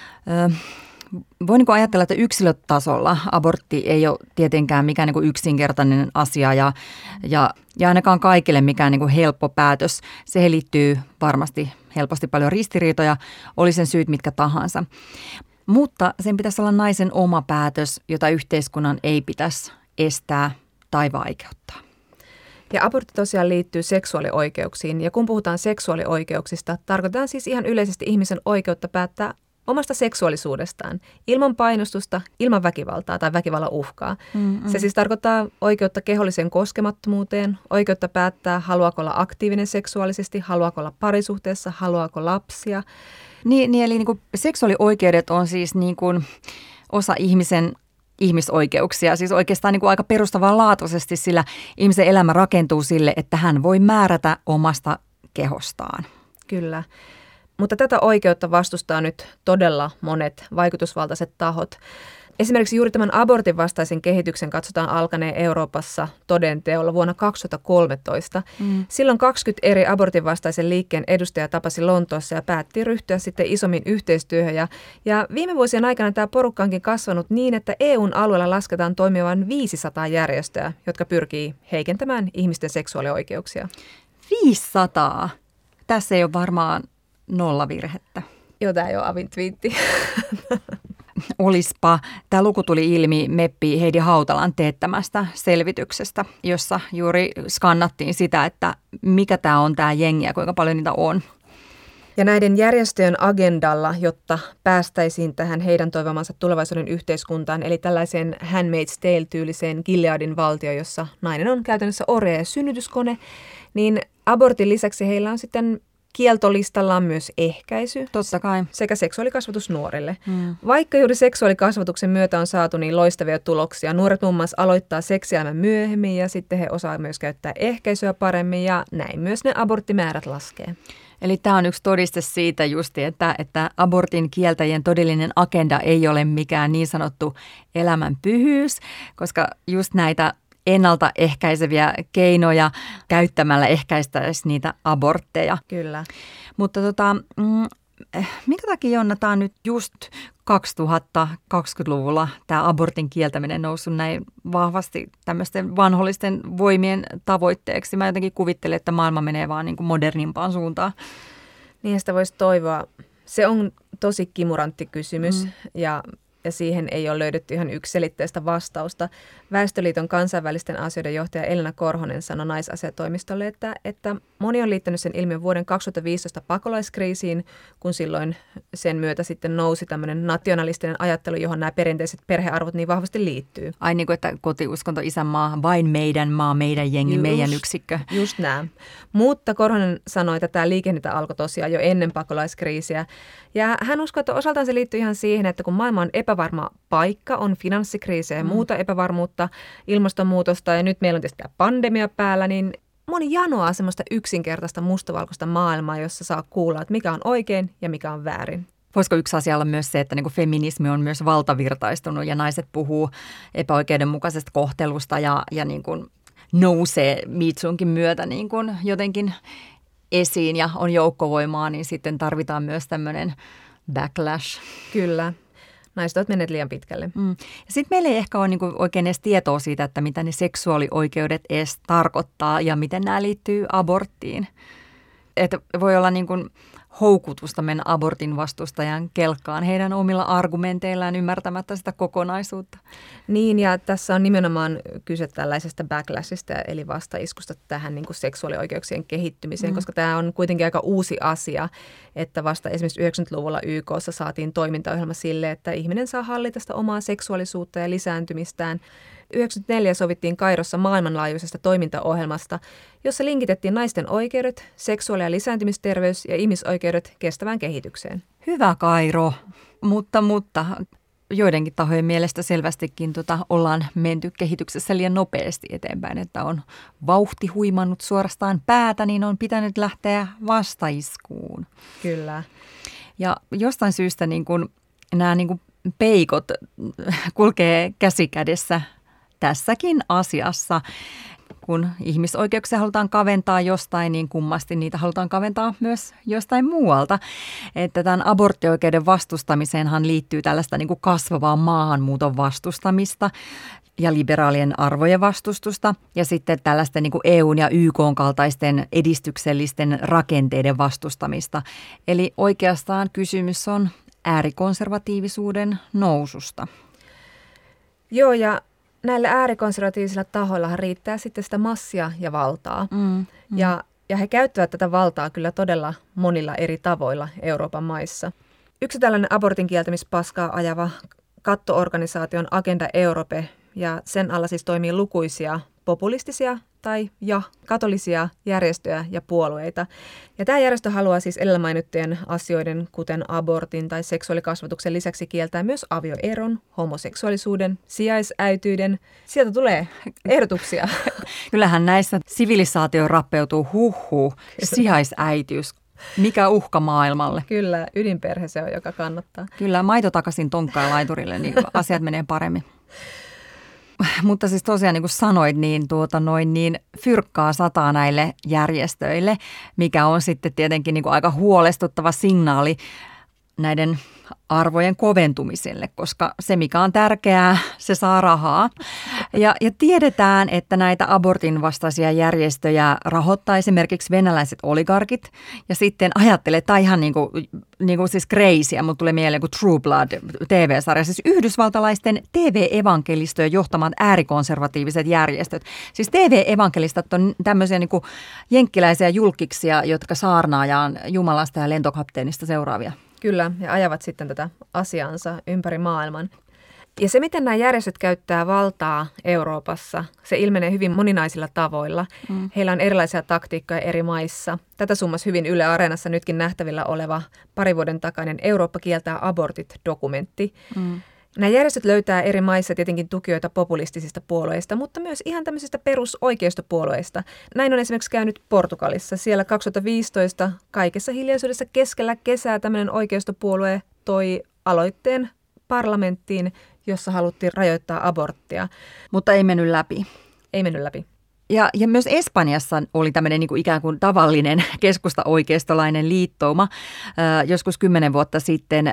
Voi niin kuin ajatella, että yksilötasolla abortti ei ole tietenkään mikään niin kuin yksinkertainen asia ja ainakaan kaikille mikään niin kuin helppo päätös. Siihen liittyy varmasti helposti paljon ristiriitoja, oli sen syyt mitkä tahansa. Mutta sen pitäisi olla naisen oma päätös, jota yhteiskunnan ei pitäisi estää tai vaikeuttaa. Ja abortti tosiaan liittyy seksuaalioikeuksiin. Ja kun puhutaan seksuaalioikeuksista, tarkoitetaan siis ihan yleisesti ihmisen oikeutta päättää omasta seksuaalisuudestaan ilman painostusta, ilman väkivaltaa tai väkivallan uhkaa. Se siis tarkoittaa oikeutta keholliseen koskemattomuuteen, oikeutta päättää, haluaako olla aktiivinen seksuaalisesti, haluaako olla parisuhteessa, haluaako lapsia. Niin eli niin kuin seksuaalioikeudet on siis niin kuin osa ihmisen ihmisoikeuksia, siis oikeastaan niin kuin aika perustavanlaatuisesti, sillä ihmisen elämä rakentuu sille, että hän voi määrätä omasta kehostaan. Kyllä. Mutta tätä oikeutta vastustaa nyt todella monet vaikutusvaltaiset tahot. Esimerkiksi juuri tämän abortin vastaisen kehityksen katsotaan alkaneen Euroopassa todenteolla vuonna 2013. Silloin 20 eri abortin vastaisen liikkeen edustajaa tapasi Lontoossa ja päätti ryhtyä sitten isommin yhteistyöhön. Ja viime vuosien aikana tämä porukka onkin kasvanut niin, että EUn alueella lasketaan toimivan 500 järjestöä, jotka pyrkii heikentämään ihmisten seksuaalioikeuksia. 500? Tässä ei ole varmaan nollavirhettä. Joo, tämä ei ole Avin twiitti. Olispa. Tämä luku tuli ilmi Meppi Heidi Hautalan teettämästä selvityksestä, jossa juuri skannattiin sitä, että mikä tämä on tämä jengi ja kuinka paljon niitä on. Ja näiden järjestöjen agendalla, jotta päästäisiin tähän heidän toivomansa tulevaisuuden yhteiskuntaan, eli tällaiseen Handmaid's Tale-tyyliseen Gileadin valtio, jossa nainen on käytännössä orja ja synnytyskone, niin abortin lisäksi heillä on sitten kieltolistalla on myös ehkäisy. Totta kai. Sekä seksuaalikasvatus nuorille. Vaikka juuri seksuaalikasvatuksen myötä on saatu niin loistavia tuloksia, nuoret muun muassa aloittaa seksielämän myöhemmin ja sitten he osaa myös käyttää ehkäisyä paremmin ja näin myös ne aborttimäärät laskee. Eli tämä on yksi todiste siitä justi, että abortin kieltäjien todellinen agenda ei ole mikään niin sanottu elämän pyhyys, koska just näitä ennaltaehkäiseviä keinoja käyttämällä ehkäistäisiin niitä abortteja. Kyllä. Mutta minkä takia, Jonna, tämä on nyt just 2020-luvulla tämä abortin kieltäminen noussut näin vahvasti tämmöisten vanhollisten voimien tavoitteeksi? Mä jotenkin kuvittelen, että maailma menee vaan niin kuin modernimpaan suuntaan. Niin sitä voisi toivoa. Se on tosi kimurantti kysymys ja siihen ei ole löydetty ihan yksiselitteistä vastausta. Väestöliiton kansainvälisten asioiden johtaja Elina Korhonen sanoi naisasiatoimistolle, että moni on liittänyt sen ilmiön vuoden 2015 pakolaiskriisiin, kun silloin sen myötä sitten nousi tämmöinen nationalistinen ajattelu, johon nämä perinteiset perhearvot niin vahvasti liittyy. Ai niin kuin, että kotiuskonto, isänmaa, vain meidän maa, meidän jengi, meidän yksikkö. Just nämä. Mutta Korhonen sanoi, että tämä liikehdintä alkoi tosiaan jo ennen pakolaiskriisiä. Ja hän uskoo, että osaltaan se liittyy ihan siihen, että kun maailma on epävarma paikka, on finanssikriisiä ja muuta epävarmuutta, ilmastonmuutosta ja nyt meillä on tietysti tämä pandemia päällä, niin moni janoaa semmoista yksinkertaista mustavalkoista maailmaa, jossa saa kuulla, että mikä on oikein ja mikä on väärin. Voisiko yksi asia olla myös se, että niin kuin feminismi on myös valtavirtaistunut ja naiset puhuu epäoikeudenmukaisesta kohtelusta ja niin kuin nousee Me Toonkin myötä niin kuin jotenkin esiin ja on joukkovoimaa, niin sitten tarvitaan myös tämmöinen backlash. Kyllä. Naiset ovat menneet liian pitkälle. Sitten meillä ei ehkä ole niinku oikein edes tietoa siitä, että mitä ne seksuaalioikeudet edes tarkoittaa ja miten nämä liittyy aborttiin. Että voi olla niinku houkutusta mennä abortin vastustajan kelkkaan heidän omilla argumenteillaan ymmärtämättä sitä kokonaisuutta. Niin, ja tässä on nimenomaan kyse tällaisesta backlashista, eli vastaiskusta tähän niin kuin seksuaalioikeuksien kehittymiseen, koska tämä on kuitenkin aika uusi asia, että vasta esimerkiksi 90-luvulla YK:ssa saatiin toimintaohjelma sille, että ihminen saa hallita sitä omaa seksuaalisuutta ja lisääntymistään. 1994 sovittiin Kairossa maailmanlaajuisesta toimintaohjelmasta, jossa linkitettiin naisten oikeudet, seksuaali- ja lisääntymisterveys ja ihmisoikeudet kestävään kehitykseen. Hyvä Kairo, mutta joidenkin tahojen mielestä selvästikin ollaan menty kehityksessä liian nopeasti eteenpäin, että on vauhti huimannut suorastaan päätä, niin on pitänyt lähteä vastaiskuun. Kyllä. Ja jostain syystä niin kun nämä niin kun peikot kulkee käsi kädessä tässäkin asiassa. Kun ihmisoikeuksia halutaan kaventaa jostain, niin kummasti niitä halutaan kaventaa myös jostain muualta. Että tämän aborttioikeuden vastustamiseenhan liittyy tällaista niin kuin kasvavaa maahanmuuton vastustamista ja liberaalien arvojen vastustusta ja sitten tällaisten niin kuin EUn ja YK:n kaltaisten edistyksellisten rakenteiden vastustamista. Eli oikeastaan kysymys on äärikonservatiivisuuden noususta. Joo, ja näillä äärikonservatiivisilla tahoillahan riittää sitten sitä massia ja valtaa. Ja he käyttävät tätä valtaa kyllä todella monilla eri tavoilla Euroopan maissa. Yksi tällainen abortin kieltämispaskaa ajava kattoorganisaatio on Agenda Europe, ja sen alla siis toimii lukuisia populistisia ja katolisia järjestöjä ja puolueita. Ja tämä järjestö haluaa siis edellä mainittujen asioiden, kuten abortin tai seksuaalikasvatuksen lisäksi kieltää myös avioeron, homoseksuaalisuuden, sijaisäityyden. Sieltä tulee ehdotuksia. Kyllähän näissä sivilisaatio rappeutuu, sijaisäitiys. Mikä uhka maailmalle. Kyllä, ydinperhe se on, joka kannattaa. Kyllä, maito takaisin tonkkaan ja laiturille, niin asiat menee paremmin. Mutta siis tosiaan niin kuin sanoit, niin fyrkkaa sataa näille järjestöille, mikä on sitten tietenkin niin kuin aika huolestuttava signaali näiden arvojen koventumiselle, koska se mikä on tärkeää, se saa rahaa. Ja tiedetään, että näitä abortin vastaisia järjestöjä rahoittaa esimerkiksi venäläiset oligarkit. Ja sitten ajattelee, että tämä on ihan niin kuin siis crazyä, mutta tulee mieleen kuin True Blood TV-sarja. Siis yhdysvaltalaisten TV-evankelistojen johtamat äärikonservatiiviset järjestöt. Siis TV-evankelistat on tämmöisiä niin kuin jenkkiläisiä julkiksia, jotka saarnaajaan Jumalasta ja lentokapteenista seuraavia. Kyllä, ja ajavat sitten tätä asiaansa ympäri maailman. Ja se, miten nämä järjestöt käyttää valtaa Euroopassa, se ilmenee hyvin moninaisilla tavoilla. Heillä on erilaisia taktiikkoja eri maissa. Tätä summasi hyvin Yle Areenassa nytkin nähtävillä oleva pari vuoden takainen Eurooppa kieltää abortit-dokumentti. Nämä järjestöt löytää eri maissa tietenkin tukijoita populistisista puolueista, mutta myös ihan tämmöisistä perusoikeistopuolueista. Näin on esimerkiksi käynyt Portugalissa. Siellä 2015 kaikessa hiljaisuudessa keskellä kesää tämmöinen oikeistopuolue toi aloitteen parlamenttiin, jossa haluttiin rajoittaa aborttia. Mutta ei mennyt läpi. Ei mennyt läpi. Ja myös Espanjassa oli tämmöinen niin kuin ikään kuin tavallinen liittouma. Joskus 10 vuotta sitten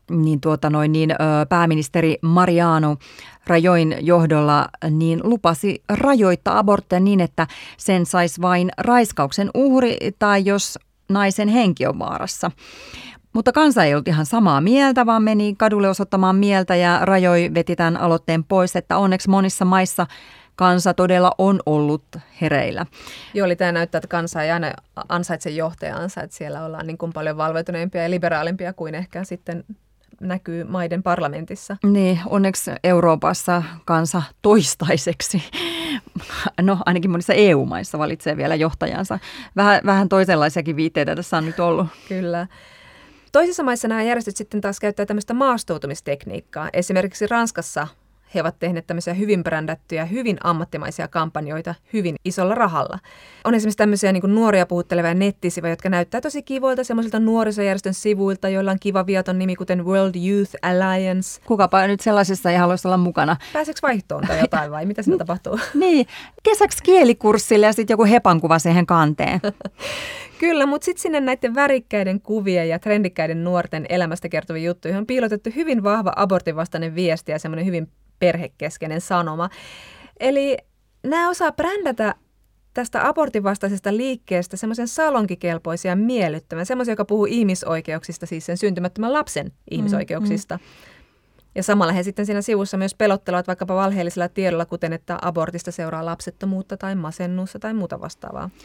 pääministeri Mariano Rajoyn johdolla niin lupasi rajoittaa abortteja niin, että sen saisi vain raiskauksen uhri tai jos naisen henki on vaarassa. Mutta kansa ei ollut ihan samaa mieltä, vaan meni kadulle osoittamaan mieltä ja Rajoy veti tämän aloitteen pois, että onneksi monissa maissa kansa todella on ollut hereillä. Joo, eli tämä näyttää, että kansa ei aina ansaitse johtajansa, että siellä ollaan niin kuin paljon valveutuneempia ja liberaalimpia kuin ehkä sitten näkyy maiden parlamentissa. Niin, onneksi Euroopassa kansa toistaiseksi, no ainakin monissa EU-maissa valitsee vielä johtajansa. Vähän toisenlaisiakin viitteitä tässä on nyt ollut. Kyllä. Toisissa maissa nämä järjestöt sitten taas käyttää tämmöistä maastoutumistekniikkaa. Esimerkiksi Ranskassa he ovat tehneet tämmöisiä hyvin brändättyjä, hyvin ammattimaisia kampanjoita hyvin isolla rahalla. On esimerkiksi tämmöisiä niin kuin nuoria puhuttelevia nettisivuja, jotka näyttää tosi kivoilta semmoisilta nuorisojärjestön sivuilta, joilla on kiva viaton nimi, kuten World Youth Alliance. Kukapa nyt sellaisessa ei haluaisi olla mukana. Pääseekö vaihtoon tai jotain vai mitä siinä tapahtuu? Niin, kesäksi kielikurssille ja sitten joku hepankuva siihen kanteen. Kyllä, mutta sitten sinne näiden värikkäiden kuvien ja trendikkäiden nuorten elämästä kertovia juttuja on piilotettu hyvin vahva abortin vastainen viesti ja semmoinen hyvin perhekeskeinen sanoma. Eli nämä osaa brändätä tästä abortin vastaisesta liikkeestä semmoisen salonkikelpoisia miellyttävän, semmoisen, joka puhuu ihmisoikeuksista, siis sen syntymättömän lapsen ihmisoikeuksista. Ja samalla he sitten siinä sivussa myös pelottelevat vaikkapa valheellisella tiedolla, kuten että abortista seuraa lapsettomuutta tai masennusta tai muuta vastaavaa.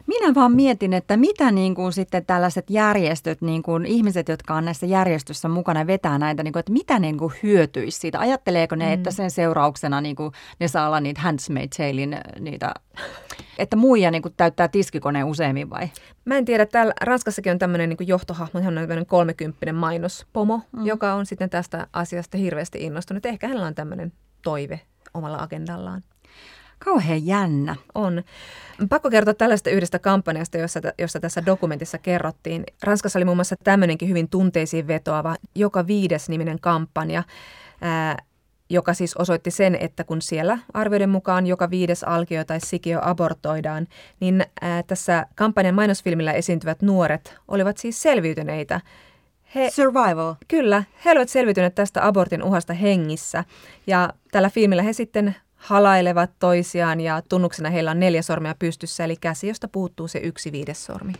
Minä vaan mietin, että mitä niin kuin sitten tällaiset järjestöt, niin kuin ihmiset, jotka on näissä järjestöissä mukana vetää näitä, niin kuin, että mitä ne niin kuin hyötyisi siitä? Ajatteleeko ne, että sen seurauksena niin kuin ne saa olla niitä Handmaid's Talein niitä, että muija niin kuin täyttää tiskikoneen useammin vai? Mä en tiedä, täällä Ranskassakin on tämmöinen niin kuin johtohahmo, tämmöinen 30 mainospomo, joka on sitten tästä asiasta hirveästi innostunut. Ehkä hänellä on tämmöinen toive omalla agendallaan. Kauhean jännä. On. Pakko kertoa tällaista yhdestä kampanjasta, josta tässä dokumentissa kerrottiin. Ranskassa oli muun muassa tämmöinenkin hyvin tunteisiin vetoava Joka 5. niminen kampanja, joka siis osoitti sen, että kun siellä arvioiden mukaan joka 5. alkio tai sikiö abortoidaan, niin tässä kampanjan mainosfilmillä esiintyvät nuoret olivat siis selviytyneitä. Survival. Kyllä, he olivat selviytyneet tästä abortin uhasta hengissä ja tällä filmillä he sitten halailevat toisiaan ja tunnuksena heillä on 4 sormea pystyssä, eli käsi, josta puuttuu se 1/5 sormi.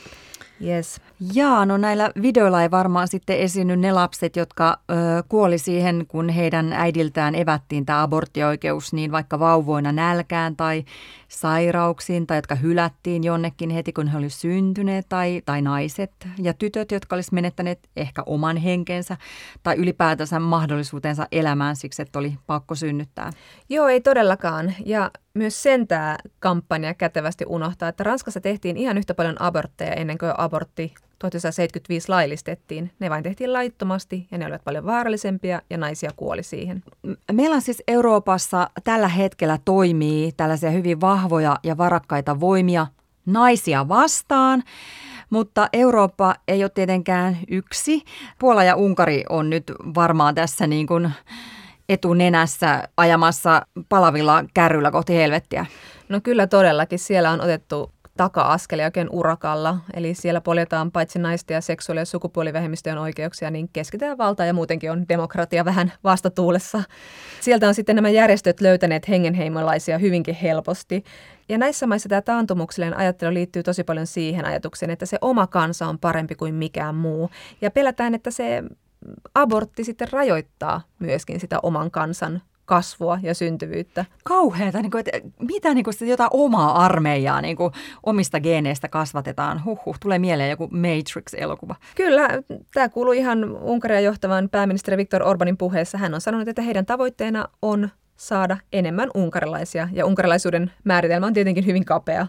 Yes. Jaa, no näillä videoilla ei varmaan sitten esiinny ne lapset, jotka kuoli siihen, kun heidän äidiltään evättiin tämä aborttioikeus, niin vaikka vauvoina nälkään tai sairauksiin, tai jotka hylättiin jonnekin heti, kun he olivat syntyneet, tai naiset ja tytöt, jotka olisivat menettäneet ehkä oman henkensä tai ylipäätänsä mahdollisuutensa elämään siksi, että oli pakko synnyttää. Joo, ei todellakaan. Ja myös sen tämä kampanja kätevästi unohtaa, että Ranskassa tehtiin ihan yhtä paljon abortteja ennen kuin abortti 1975 laillistettiin. Ne vain tehtiin laittomasti ja ne olivat paljon vaarallisempia ja naisia kuoli siihen. Meillä on siis Euroopassa tällä hetkellä toimii tällaisia hyvin vahvoja ja varakkaita voimia naisia vastaan, mutta Eurooppa ei ole tietenkään yksi. Puola ja Unkari on nyt varmaan tässä niin kuin etunenässä ajamassa palavilla kärryillä kohti helvettiä. No kyllä todellakin. Siellä on otettu taka-askelia oikein urakalla. Eli siellä poljetaan paitsi naisten ja seksuaali- ja sukupuolivähemmistöjen oikeuksia, niin keskitetään valtaa ja muutenkin on demokratia vähän vastatuulessa. Sieltä on sitten nämä järjestöt löytäneet hengenheimolaisia hyvinkin helposti. Ja näissä maissa tämä taantumuksellinen ajattelu liittyy tosi paljon siihen ajatukseen, että se oma kansa on parempi kuin mikään muu. Ja pelätään, että se abortti sitten rajoittaa myöskin sitä oman kansan kasvua ja syntyvyyttä. Kauheata, että mitä jotain omaa armeijaa omista geeneistä kasvatetaan. Tulee mieleen joku Matrix-elokuva. Kyllä, tämä kuuluu ihan Unkaria johtavan pääministeri Viktor Orbanin puheessa. Hän on sanonut, että heidän tavoitteena on saada enemmän unkarilaisia ja unkarilaisuuden määritelmä on tietenkin hyvin kapea.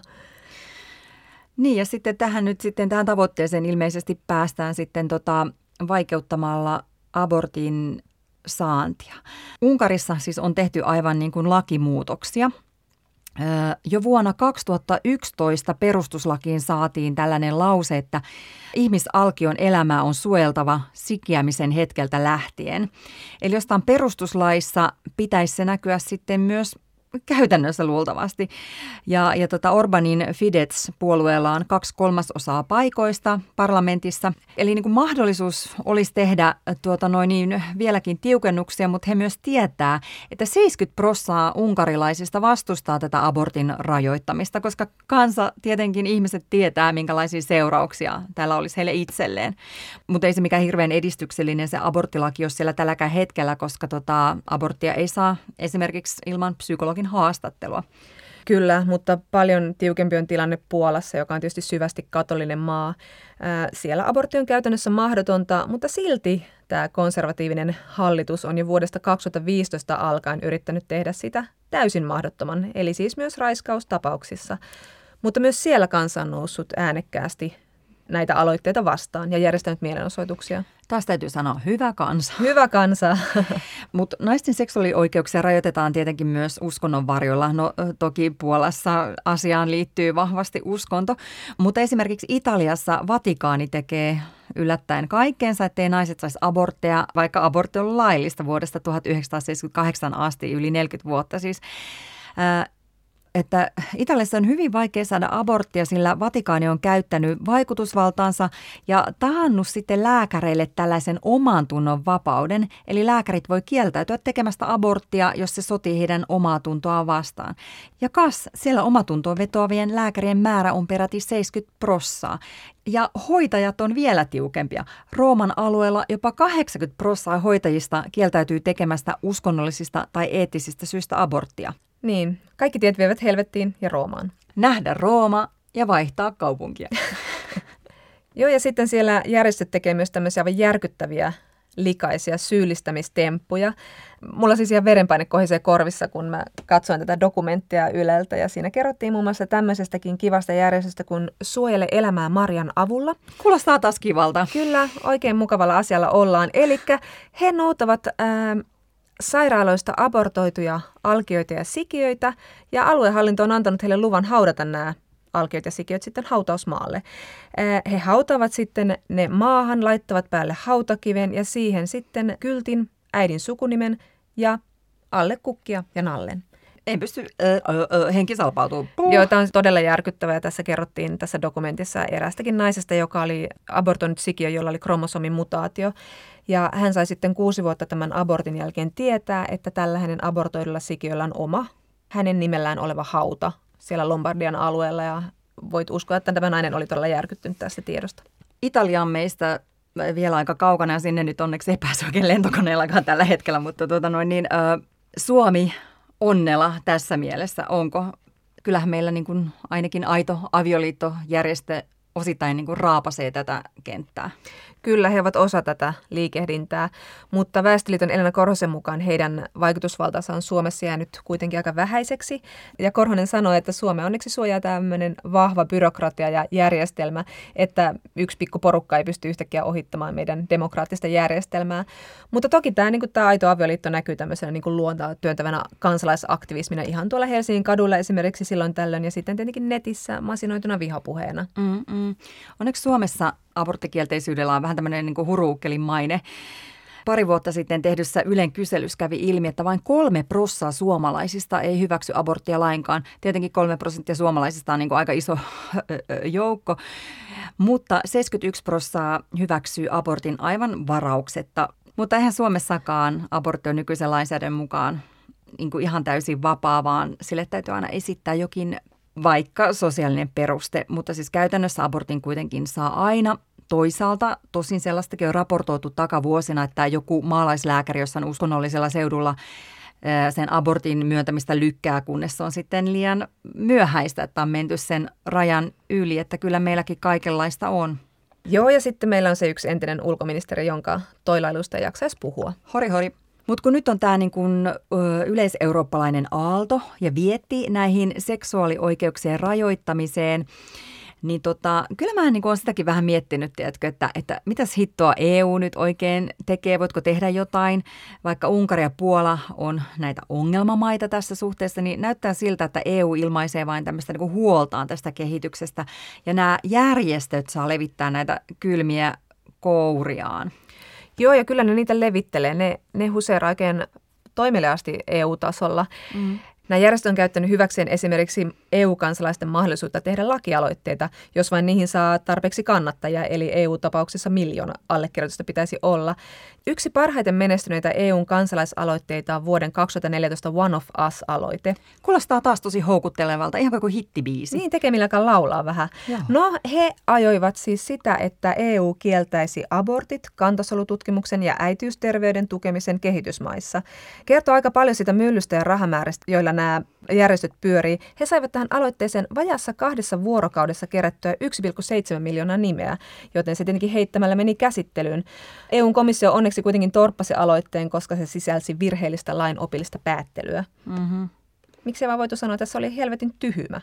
Niin ja sitten tähän tavoitteeseen ilmeisesti päästään sitten vaikeuttamalla abortin saantia. Unkarissa siis on tehty aivan niin kuin lakimuutoksia. Jo vuonna 2011 perustuslakiin saatiin tällainen lause, että ihmisalkion elämää on suojeltava sikiämisen hetkeltä lähtien. Eli jostain perustuslaissa pitäisi se näkyä sitten myös käytännössä luultavasti. Ja Orbanin Fidesz-puolueella on 2/3 paikoista parlamentissa. Eli niin kuin mahdollisuus olisi tehdä vieläkin tiukennuksia, mutta he myös tietää, että 70% unkarilaisista vastustaa tätä abortin rajoittamista, koska tietenkin ihmiset tietää, minkälaisia seurauksia tällä olisi heille itselleen. Mutta ei se mikään hirveän edistyksellinen se aborttilaki ole siellä tälläkään hetkellä, koska aborttia ei saa esimerkiksi ilman psykologin haastattelua. Kyllä, mutta paljon tiukempi on tilanne Puolassa, joka on tietysti syvästi katolinen maa. Siellä abortti on käytännössä mahdotonta, mutta silti tämä konservatiivinen hallitus on jo vuodesta 2015 alkaen yrittänyt tehdä sitä täysin mahdottoman, eli siis myös raiskaustapauksissa. Mutta myös siellä kansa on noussut äänekkäästi näitä aloitteita vastaan ja järjestänyt mielenosoituksia. Taas täytyy sanoa, hyvä kansa. Hyvä kansa. Mutta naisten seksuaalioikeuksia rajoitetaan tietenkin myös uskonnon varjolla. No toki Puolassa asiaan liittyy vahvasti uskonto, mutta esimerkiksi Italiassa Vatikaani tekee yllättäen kaikkeensa, ettei naiset saisi abortteja, vaikka abortti on laillista vuodesta 1978 asti, yli 40 vuotta siis. Että Italiassa on hyvin vaikea saada aborttia, sillä Vatikaani on käyttänyt vaikutusvaltaansa ja tahannut sitten lääkäreille tällaisen oman tunnon vapauden. Eli lääkärit voi kieltäytyä tekemästä aborttia, jos se sotii heidän omaa tuntoa vastaan. Ja siellä omatuntoon vetoavien lääkärien määrä on peräti 70%. Ja hoitajat on vielä tiukempia. Rooman alueella jopa 80% hoitajista kieltäytyy tekemästä uskonnollisista tai eettisistä syistä aborttia. Niin, kaikki tiet vievät helvettiin ja Roomaan. Nähdä Rooma ja vaihtaa kaupunkia. Joo, ja sitten siellä järjestöt tekee myös tämmöisiä aivan järkyttäviä likaisia syyllistämistemppuja. Mulla siis ihan verenpaine kohisee korvissa, kun mä katsoin tätä dokumenttia Yleltä, ja siinä kerrottiin muun muassa tämmöisestäkin kivasta järjestöstä kuin Suojele elämää Marian avulla. Kuulostaa taas kivalta. Kyllä, oikein mukavalla asialla ollaan. Elikkä he noutavat sairaaloista abortoituja alkioita ja sikiöitä, ja aluehallinto on antanut heille luvan haudata nämä alkiot ja sikiöt sitten hautausmaalle. He hautaavat sitten ne maahan, laittavat päälle hautakiven ja siihen sitten kyltin, äidin sukunimen ja alle kukkia ja nallen. En pysty, henki salpautuu. Joo, tämä on todella järkyttävää. Tässä kerrottiin tässä dokumentissa eräästäkin naisesta, joka oli abortoinut sikiö, jolla oli kromosomin mutaatio. Ja hän sai sitten 6 vuotta tämän abortin jälkeen tietää, että tällä hänen abortoidulla sikiöllä on oma, hänen nimellään oleva hauta siellä Lombardian alueella, ja voit uskoa, että tämä nainen oli todella järkyttynyt tästä tiedosta. Italia on meistä vielä aika kaukana, ja sinne nyt onneksi ei pääse oikein lentokoneellakaan tällä hetkellä, mutta Suomi onnella tässä mielessä, onko? Kyllähän meillä niin kuin ainakin aito avioliittojärjestö osittain niin kuin raapasee tätä kenttää. Kyllä, he ovat osa tätä liikehdintää, mutta Väestöliiton Elina Korhosen mukaan heidän vaikutusvaltansa on Suomessa jäänyt kuitenkin aika vähäiseksi. Ja Korhonen sanoi, että Suomea onneksi suojaa tämmöinen vahva byrokratia ja järjestelmä, että yksi pikku porukka ei pysty yhtäkkiä ohittamaan meidän demokraattista järjestelmää. Mutta toki tämä aito avioliitto näkyy tämmöisenä luontaa työntävänä kansalaisaktivismina ihan tuolla Helsingin kadulla esimerkiksi silloin tällöin, ja sitten tietenkin netissä masinoituna vihapuheena. Onneksi Suomessa aborttikielteisyydellä on vähän tämmöinen niin kuin huruukkelin maine. Pari vuotta sitten tehdyssä Ylen kyselyssä kävi ilmi, että vain 3% suomalaisista ei hyväksy aborttia lainkaan. Tietenkin 3% suomalaisista on niin kuin aika iso joukko, mutta 71% hyväksyy abortin aivan varauksetta. Mutta eihän Suomessakaan abortti on nykyisen lainsäädännön mukaan niin kuin ihan täysin vapaa, vaan sille täytyy aina esittää jokin vaikka sosiaalinen peruste, mutta siis käytännössä abortin kuitenkin saa aina. Toisaalta tosin sellaistakin on raportoitu takavuosina, että joku maalaislääkäri jossain uskonnollisella seudulla sen abortin myöntämistä lykkää, kunnes on sitten liian myöhäistä, että on menty sen rajan yli, että kyllä meilläkin kaikenlaista on. Joo, ja sitten meillä on se yksi entinen ulkoministeri, jonka toilailusta ei jaksaisi puhua. Hori. Mutta kun nyt on tämä niin kun yleiseurooppalainen aalto ja vietti näihin seksuaalioikeuksien rajoittamiseen, niin kyllä mä niin olen sitäkin vähän miettinyt, tiedätkö, että mitäs hittoa EU nyt oikein tekee, voitko tehdä jotain, vaikka Unkari ja Puola on näitä ongelmamaita tässä suhteessa, niin näyttää siltä, että EU ilmaisee vain tämmöistä niin kuin huoltaan tästä kehityksestä, ja nämä järjestöt saa levittää näitä kylmiä kouriaan. Joo, ja kyllä ne niitä levittelee. Ne huseeraa oikein toimeliaasti EU-tasolla. Nämä järjestöt on käyttänyt hyväkseen esimerkiksi EU-kansalaisten mahdollisuutta tehdä lakialoitteita, jos vain niihin saa tarpeeksi kannattajia, eli EU-tapauksessa 1 miljoona allekirjoitusta pitäisi olla. Yksi parhaiten menestyneitä EUn kansalaisaloitteita on vuoden 2014 One of Us-aloite. Kuulostaa taas tosi houkuttelevalta, ihan kuin hittibiisi. Niin, tekemilläkään laulaa vähän. Joo. No, he ajoivat siis sitä, että EU kieltäisi abortit, kantasolututkimuksen ja äitiysterveyden tukemisen kehitysmaissa. Kertoo aika paljon sitä myllystä ja rahamäärästä, joilla nämä järjestöt pyörii. He saivat tähän aloitteeseen vajassa 2 vuorokaudessa kerättyä 1,7 miljoonaa nimeä, joten se tietenkin heittämällä meni käsittelyyn. EUn komissio onneksi kuitenkin torppasi aloitteen, koska se sisälsi virheellistä lainopillista päättelyä. Miksi ei vaan voitu sanoa, että se oli helvetin tyhmä?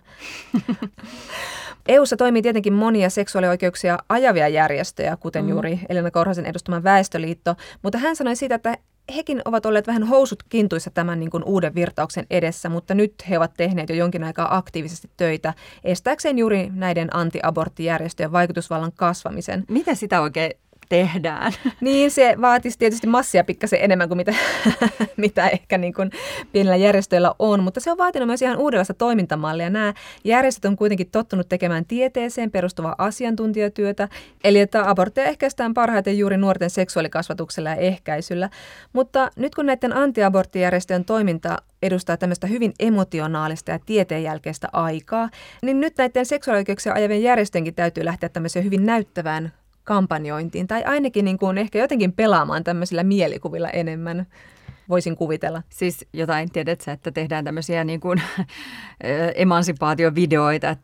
EUssa toimii tietenkin monia seksuaalioikeuksia ajavia järjestöjä, kuten juuri Elina Korhosen edustama Väestöliitto, mutta hän sanoi siitä, että hekin ovat olleet vähän housut kintuissa tämän niin kuin uuden virtauksen edessä, mutta nyt he ovat tehneet jo jonkin aikaa aktiivisesti töitä estääkseen juuri näiden anti-aborttijärjestöjen vaikutusvallan kasvamisen. Miten sitä oikein tehdään? Niin, se vaatisi tietysti massia pikkasen enemmän kuin mitä ehkä niin kuin pienillä järjestöillä on, mutta se on vaatinut myös ihan uudenlaista toimintamallia. Nämä järjestöt on kuitenkin tottunut tekemään tieteeseen perustuvaa asiantuntijatyötä, eli että abortteja ehkäistään parhaiten juuri nuorten seksuaalikasvatuksella ja ehkäisyllä. Mutta nyt kun näiden anti-aborttijärjestöjen toiminta edustaa tämmöistä hyvin emotionaalista ja tieteenjälkeistä aikaa, niin nyt näiden seksuaalioikeuksia ajavien järjestöjenkin täytyy lähteä tämmöiseen hyvin näyttävään kampanjointiin, tai ainakin niin kuin ehkä jotenkin pelaamaan tämmöisillä mielikuvilla enemmän, voisin kuvitella. Siis jotain, tiedätkö, että tehdään tämmöisiä niin kuin emansipaatiovideoita, että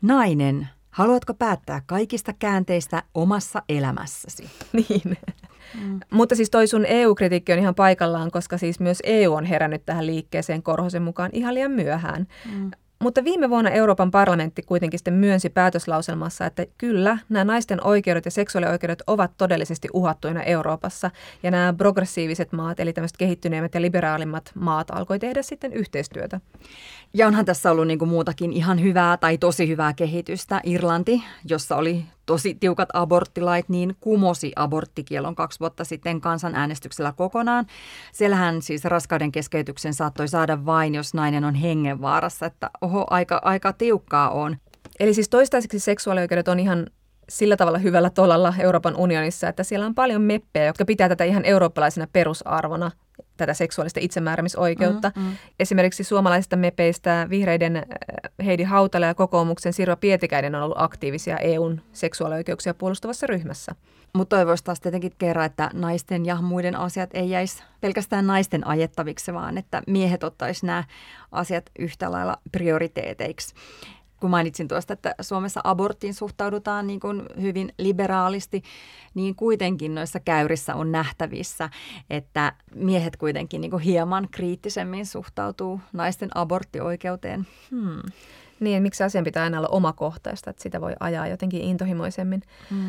Nainen, haluatko päättää kaikista käänteistä omassa elämässäsi? Niin. Mutta siis toi sun EU-kritiikki on ihan paikallaan, koska siis myös EU on herännyt tähän liikkeeseen Korhosen mukaan ihan liian myöhään. Mutta viime vuonna Euroopan parlamentti kuitenkin sitten myönsi päätöslauselmassa, että kyllä, nämä naisten oikeudet ja seksuaalioikeudet ovat todellisesti uhattuina Euroopassa. Ja nämä progressiiviset maat, eli tämmöiset kehittyneemmät ja liberaalimmat maat, alkoi tehdä sitten yhteistyötä. Ja onhan tässä ollut niin kuin muutakin ihan hyvää tai tosi hyvää kehitystä. Irlanti, jossa oli tosi tiukat aborttilait, niin kumosi aborttikielon 2 vuotta sitten kansanäänestyksellä kokonaan. Siellähän siis raskauden keskeytyksen saattoi saada vain, jos nainen on hengenvaarassa, että aika tiukkaa on. Eli siis toistaiseksi seksuaalioikeudet on ihan sillä tavalla hyvällä tolalla Euroopan unionissa, että siellä on paljon meppejä, jotka pitää tätä ihan eurooppalaisena perusarvona, tätä seksuaalista itsemääräämisoikeutta. Esimerkiksi suomalaisista mepeistä vihreiden Heidi Hautala ja kokoomuksen Sirpa Pietikäinen on ollut aktiivisia EUn seksuaalioikeuksia puolustavassa ryhmässä. Mutta toivoisi taas tietenkin kerran, että naisten ja muiden asiat ei jäisi pelkästään naisten ajettaviksi, vaan että miehet ottaisi nämä asiat yhtä lailla prioriteeteiksi. Kun mainitsin tuosta, että Suomessa aborttiin suhtaudutaan niin kuin hyvin liberaalisti, niin kuitenkin noissa käyrissä on nähtävissä, että miehet kuitenkin niin kuin hieman kriittisemmin suhtautuu naisten aborttioikeuteen. Niin, miksi asian pitää aina olla omakohtaista, että sitä voi ajaa jotenkin intohimoisemmin.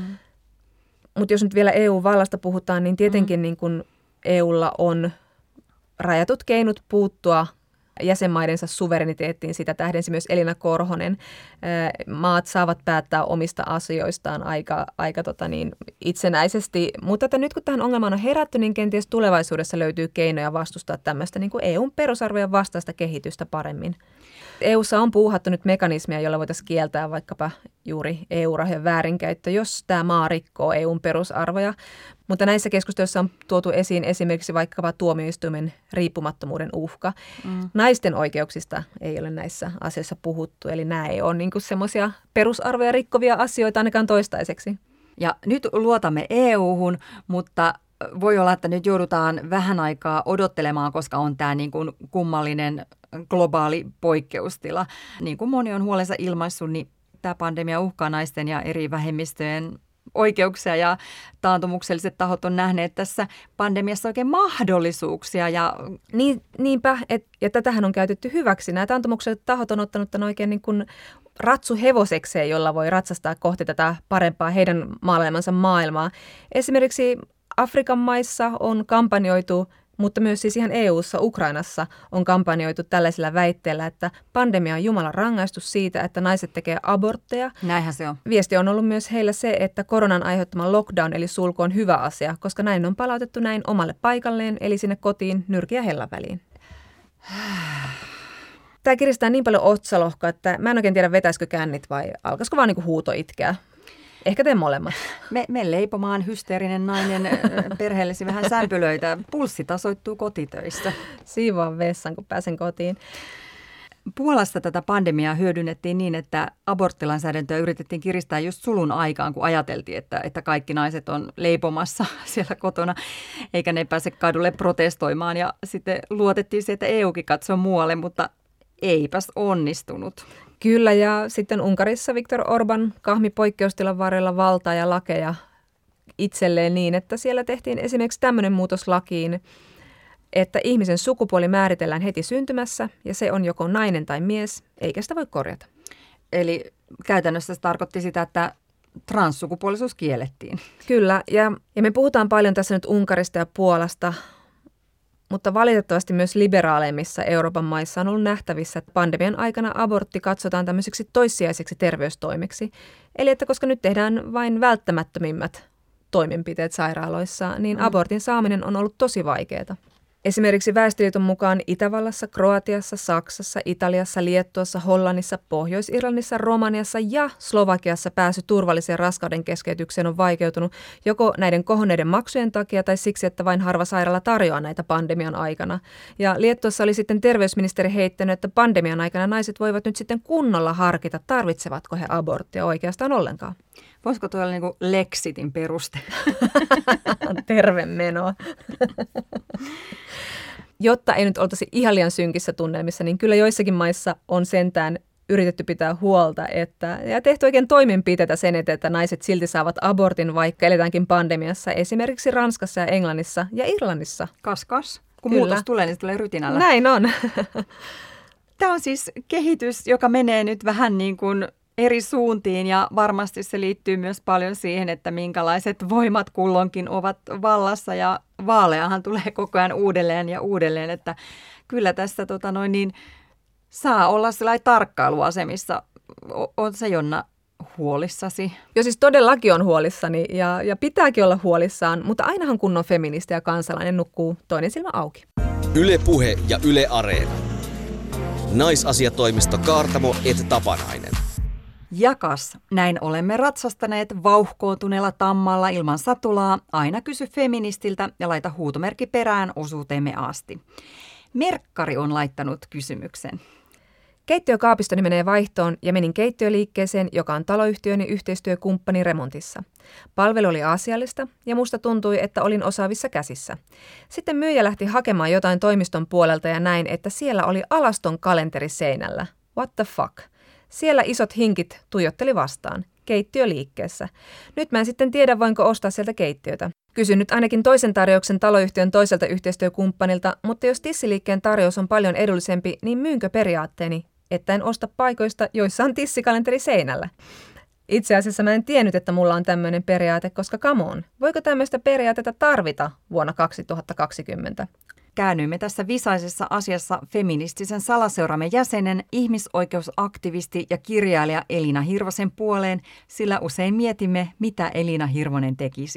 Mutta jos nyt vielä EU-vallasta puhutaan, niin tietenkin niin kun EUlla on rajatut keinot puuttua jäsenmaidensa suvereniteettiin, sitä tähdensi myös Elina Korhonen. Maat saavat päättää omista asioistaan aika itsenäisesti, mutta että nyt kun tähän ongelmaan on herätty, niin kenties tulevaisuudessa löytyy keinoja vastustaa tämmöistä niin kuin EUn perusarvojen vastaista kehitystä paremmin. EUssa on puuhattu nyt mekanismia, jolla voitaisiin kieltää vaikkapa juuri EU-rahojen väärinkäyttö, jos tämä maa rikkoo EUn perusarvoja. Mutta näissä keskusteluissa on tuotu esiin esimerkiksi vaikkapa tuomioistuimen riippumattomuuden uhka. Naisten oikeuksista ei ole näissä asioissa puhuttu, eli nämä ei ole niinku semmoisia perusarvoja rikkovia asioita ainakaan toistaiseksi. Ja nyt luotamme EU-hun, mutta voi olla, että nyt joudutaan vähän aikaa odottelemaan, koska on tämä niin kuin kummallinen globaali poikkeustila. Niin kuin moni on huolensa ilmaissut, niin tämä pandemia uhkaa naisten ja eri vähemmistöjen oikeuksia ja taantumukselliset tahot on nähneet tässä pandemiassa oikein mahdollisuuksia. Niinpä, ja tätähän on käytetty hyväksi. Nämä taantumukselliset tahot on ottanut tämän oikein niin kuin ratsuhevosekseen, jolla voi ratsastaa kohti tätä parempaa heidän maailmansa maailmaa. Esimerkiksi Afrikan maissa on kampanjoitu, mutta myös siis ihan EU:ssa, Ukrainassa on kampanjoitu tällaisilla väitteillä, että pandemia on Jumalan rangaistus siitä, että naiset tekee abortteja. Näinhän se on. Viesti on ollut myös heillä se, että koronan aiheuttama lockdown eli sulku on hyvä asia, koska näin on palautettu näin omalle paikalleen, eli sinne kotiin nyrki ja hellan väliin. Tämä kiristää niin paljon otsalohkoa, että mä en oikein tiedä vetäisikö kännit vai alkaisiko vaan niinku huuto itkeä. Ehkä te molemmat. Me leipomaan hysteerinen nainen perheellesi vähän sämpylöitä. Pulssi tasoittuu kotitöissä. Siivoan vessan, kun pääsen kotiin. Puolassa tätä pandemiaa hyödynnettiin niin, että aborttilainsäädäntöä yritettiin kiristää just sulun aikaan, kun ajateltiin, että kaikki naiset on leipomassa siellä kotona, eikä ne pääse kadulle protestoimaan. Ja sitten luotettiin siihen, että EUkin katsoo muualle, mutta eipäs onnistunut. Kyllä, ja sitten Unkarissa Viktor Orbán kahmi poikkeustilan varrella valtaa ja lakeja itselleen niin, että siellä tehtiin esimerkiksi tämmöinen muutos lakiin, että ihmisen sukupuoli määritellään heti syntymässä ja se on joko nainen tai mies, eikä sitä voi korjata. Eli käytännössä se tarkoitti sitä, että transsukupuolisuus kiellettiin. Kyllä, ja me puhutaan paljon tässä nyt Unkarista ja Puolasta, mutta valitettavasti myös liberaaleimmissa Euroopan maissa on ollut nähtävissä, että pandemian aikana abortti katsotaan tämmöiseksi toissijaiseksi terveystoimeksi. Eli että koska nyt tehdään vain välttämättömimmät toimenpiteet sairaaloissa, niin abortin saaminen on ollut tosi vaikeaa. Esimerkiksi Väestöliiton mukaan Itävallassa, Kroatiassa, Saksassa, Italiassa, Liettuassa, Hollannissa, Pohjois-Irlannissa, Romaniassa ja Slovakiassa pääsy turvalliseen raskauden keskeytykseen on vaikeutunut joko näiden kohonneiden maksujen takia tai siksi, että vain harva sairaala tarjoaa näitä pandemian aikana. Ja Liettuassa oli sitten terveysministeri heittänyt, että pandemian aikana naiset voivat nyt sitten kunnolla harkita, tarvitsevatko he aborttia oikeastaan ollenkaan. Voisiko tuolla niin kuin Lexitin peruste? Terve menoa. Jotta ei nyt oltaisi ihan liian synkissä tunnelmissa, niin kyllä joissakin maissa on sentään yritetty pitää huolta ja tehty oikein toimenpiteitä sen eteen, että naiset silti saavat abortin, vaikka eletäänkin pandemiassa, esimerkiksi Ranskassa ja Englannissa ja Irlannissa. Kas. Kun Kyllä. muutos tulee, niin se tulee rytinällä. Näin on. Tämä on siis kehitys, joka menee nyt vähän niin kuin eri suuntiin ja varmasti se liittyy myös paljon siihen, että minkälaiset voimat kulloinkin ovat vallassa ja vaaleahan tulee koko ajan uudelleen ja uudelleen, että kyllä tässä saa olla sellainen tarkkailuasemissa. On se Jonna huolissasi? Jo siis todellakin on huolissani ja pitääkin olla huolissaan, mutta ainahan kunnon feministi ja kansalainen nukkuu toinen silmä auki. Yle Puhe ja Yle Areena. Naisasiatoimisto Kaartamo et Tapanainen. Jakas, näin olemme ratsastaneet vauhkootuneella tammalla ilman satulaa. Aina kysy feministiltä ja laita huutomerkki perään osuuteemme asti. Merkkari on laittanut kysymyksen. Keittiökaapistoni menee vaihtoon ja menin keittiöliikkeeseen, joka on taloyhtiöni yhteistyökumppani remontissa. Palvelu oli asiallista ja musta tuntui, että olin osaavissa käsissä. Sitten myyjä lähti hakemaan jotain toimiston puolelta ja näin, että siellä oli alaston kalenteri seinällä. What the fuck? Siellä isot hinkit tuijotteli vastaan. Keittiöliikkeessä. Nyt mä en sitten tiedä, voinko ostaa sieltä keittiötä. Kysyn nyt ainakin toisen tarjouksen taloyhtiön toiselta yhteistyökumppanilta, mutta jos tissiliikkeen tarjous on paljon edullisempi, niin myynkö periaatteeni, että en osta paikoista, joissa on tissikalenteri seinällä? Itse asiassa mä en tiennyt, että mulla on tämmöinen periaate, koska come on, voiko tämmöistä periaatetta tarvita vuonna 2020? Käännyimme tässä visaisessa asiassa feministisen salaseuramme jäsenen, ihmisoikeusaktivisti ja kirjailija Elina Hirvosen puoleen, sillä usein mietimme, mitä Elina Hirvonen tekisi.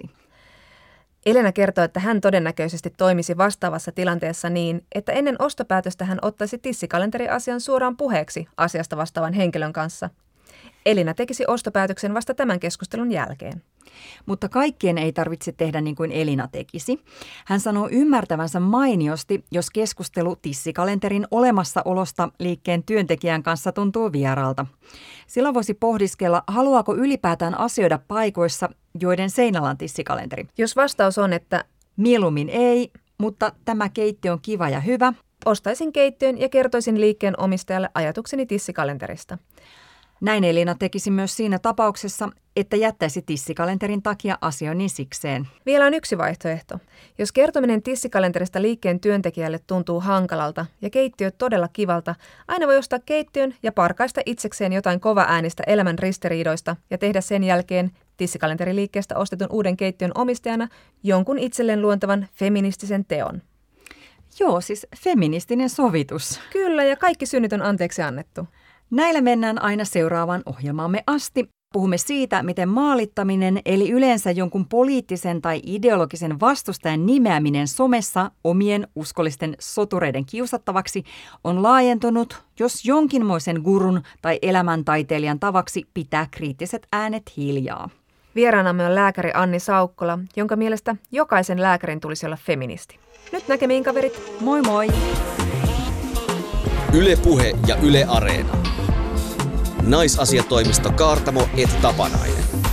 Elina kertoo, että hän todennäköisesti toimisi vastaavassa tilanteessa niin, että ennen ostopäätöstä hän ottaisi tissikalenteriasian suoraan puheeksi asiasta vastaavan henkilön kanssa. Elina tekisi ostopäätöksen vasta tämän keskustelun jälkeen. Mutta kaikkien ei tarvitse tehdä niin kuin Elina tekisi. Hän sanoo ymmärtävänsä mainiosti, jos keskustelu tissikalenterin olemassaolosta liikkeen työntekijän kanssa tuntuu vieraalta. Silloin voisi pohdiskella, haluaako ylipäätään asioida paikoissa, joiden seinällä on tissikalenteri. Jos vastaus on, että mieluummin ei, mutta tämä keittiö on kiva ja hyvä, ostaisin keittiön ja kertoisin liikkeen omistajalle ajatukseni tissikalenterista. Näin Elina tekisi myös siinä tapauksessa, että jättäisi tissikalenterin takia asioinnin sikseen. Vielä on yksi vaihtoehto. Jos kertominen tissikalenterista liikkeen työntekijälle tuntuu hankalalta ja keittiö todella kivalta, aina voi ostaa keittiön ja parkaista itsekseen jotain kovaäänistä elämän ristiriidoista ja tehdä sen jälkeen tissikalenteriliikkeestä ostetun uuden keittiön omistajana jonkun itselleen luontavan feministisen teon. Joo, siis feministinen sovitus. Kyllä, ja kaikki synnit on anteeksi annettu. Näillä mennään aina seuraavaan ohjelmaamme asti. Puhumme siitä, miten maalittaminen, eli yleensä jonkun poliittisen tai ideologisen vastustajan nimeäminen somessa omien uskollisten sotureiden kiusattavaksi on laajentunut, jos jonkinmoisen gurun tai elämäntaiteilijan tavaksi pitää kriittiset äänet hiljaa. Vieraanamme on lääkäri Anni Saukkola, jonka mielestä jokaisen lääkärin tulisi olla feministi. Nyt näkemiin, kaverit. Moi moi! Yle Puhe ja Yle Areena. Naisasiatoimisto Kaartamo et Tapanainen.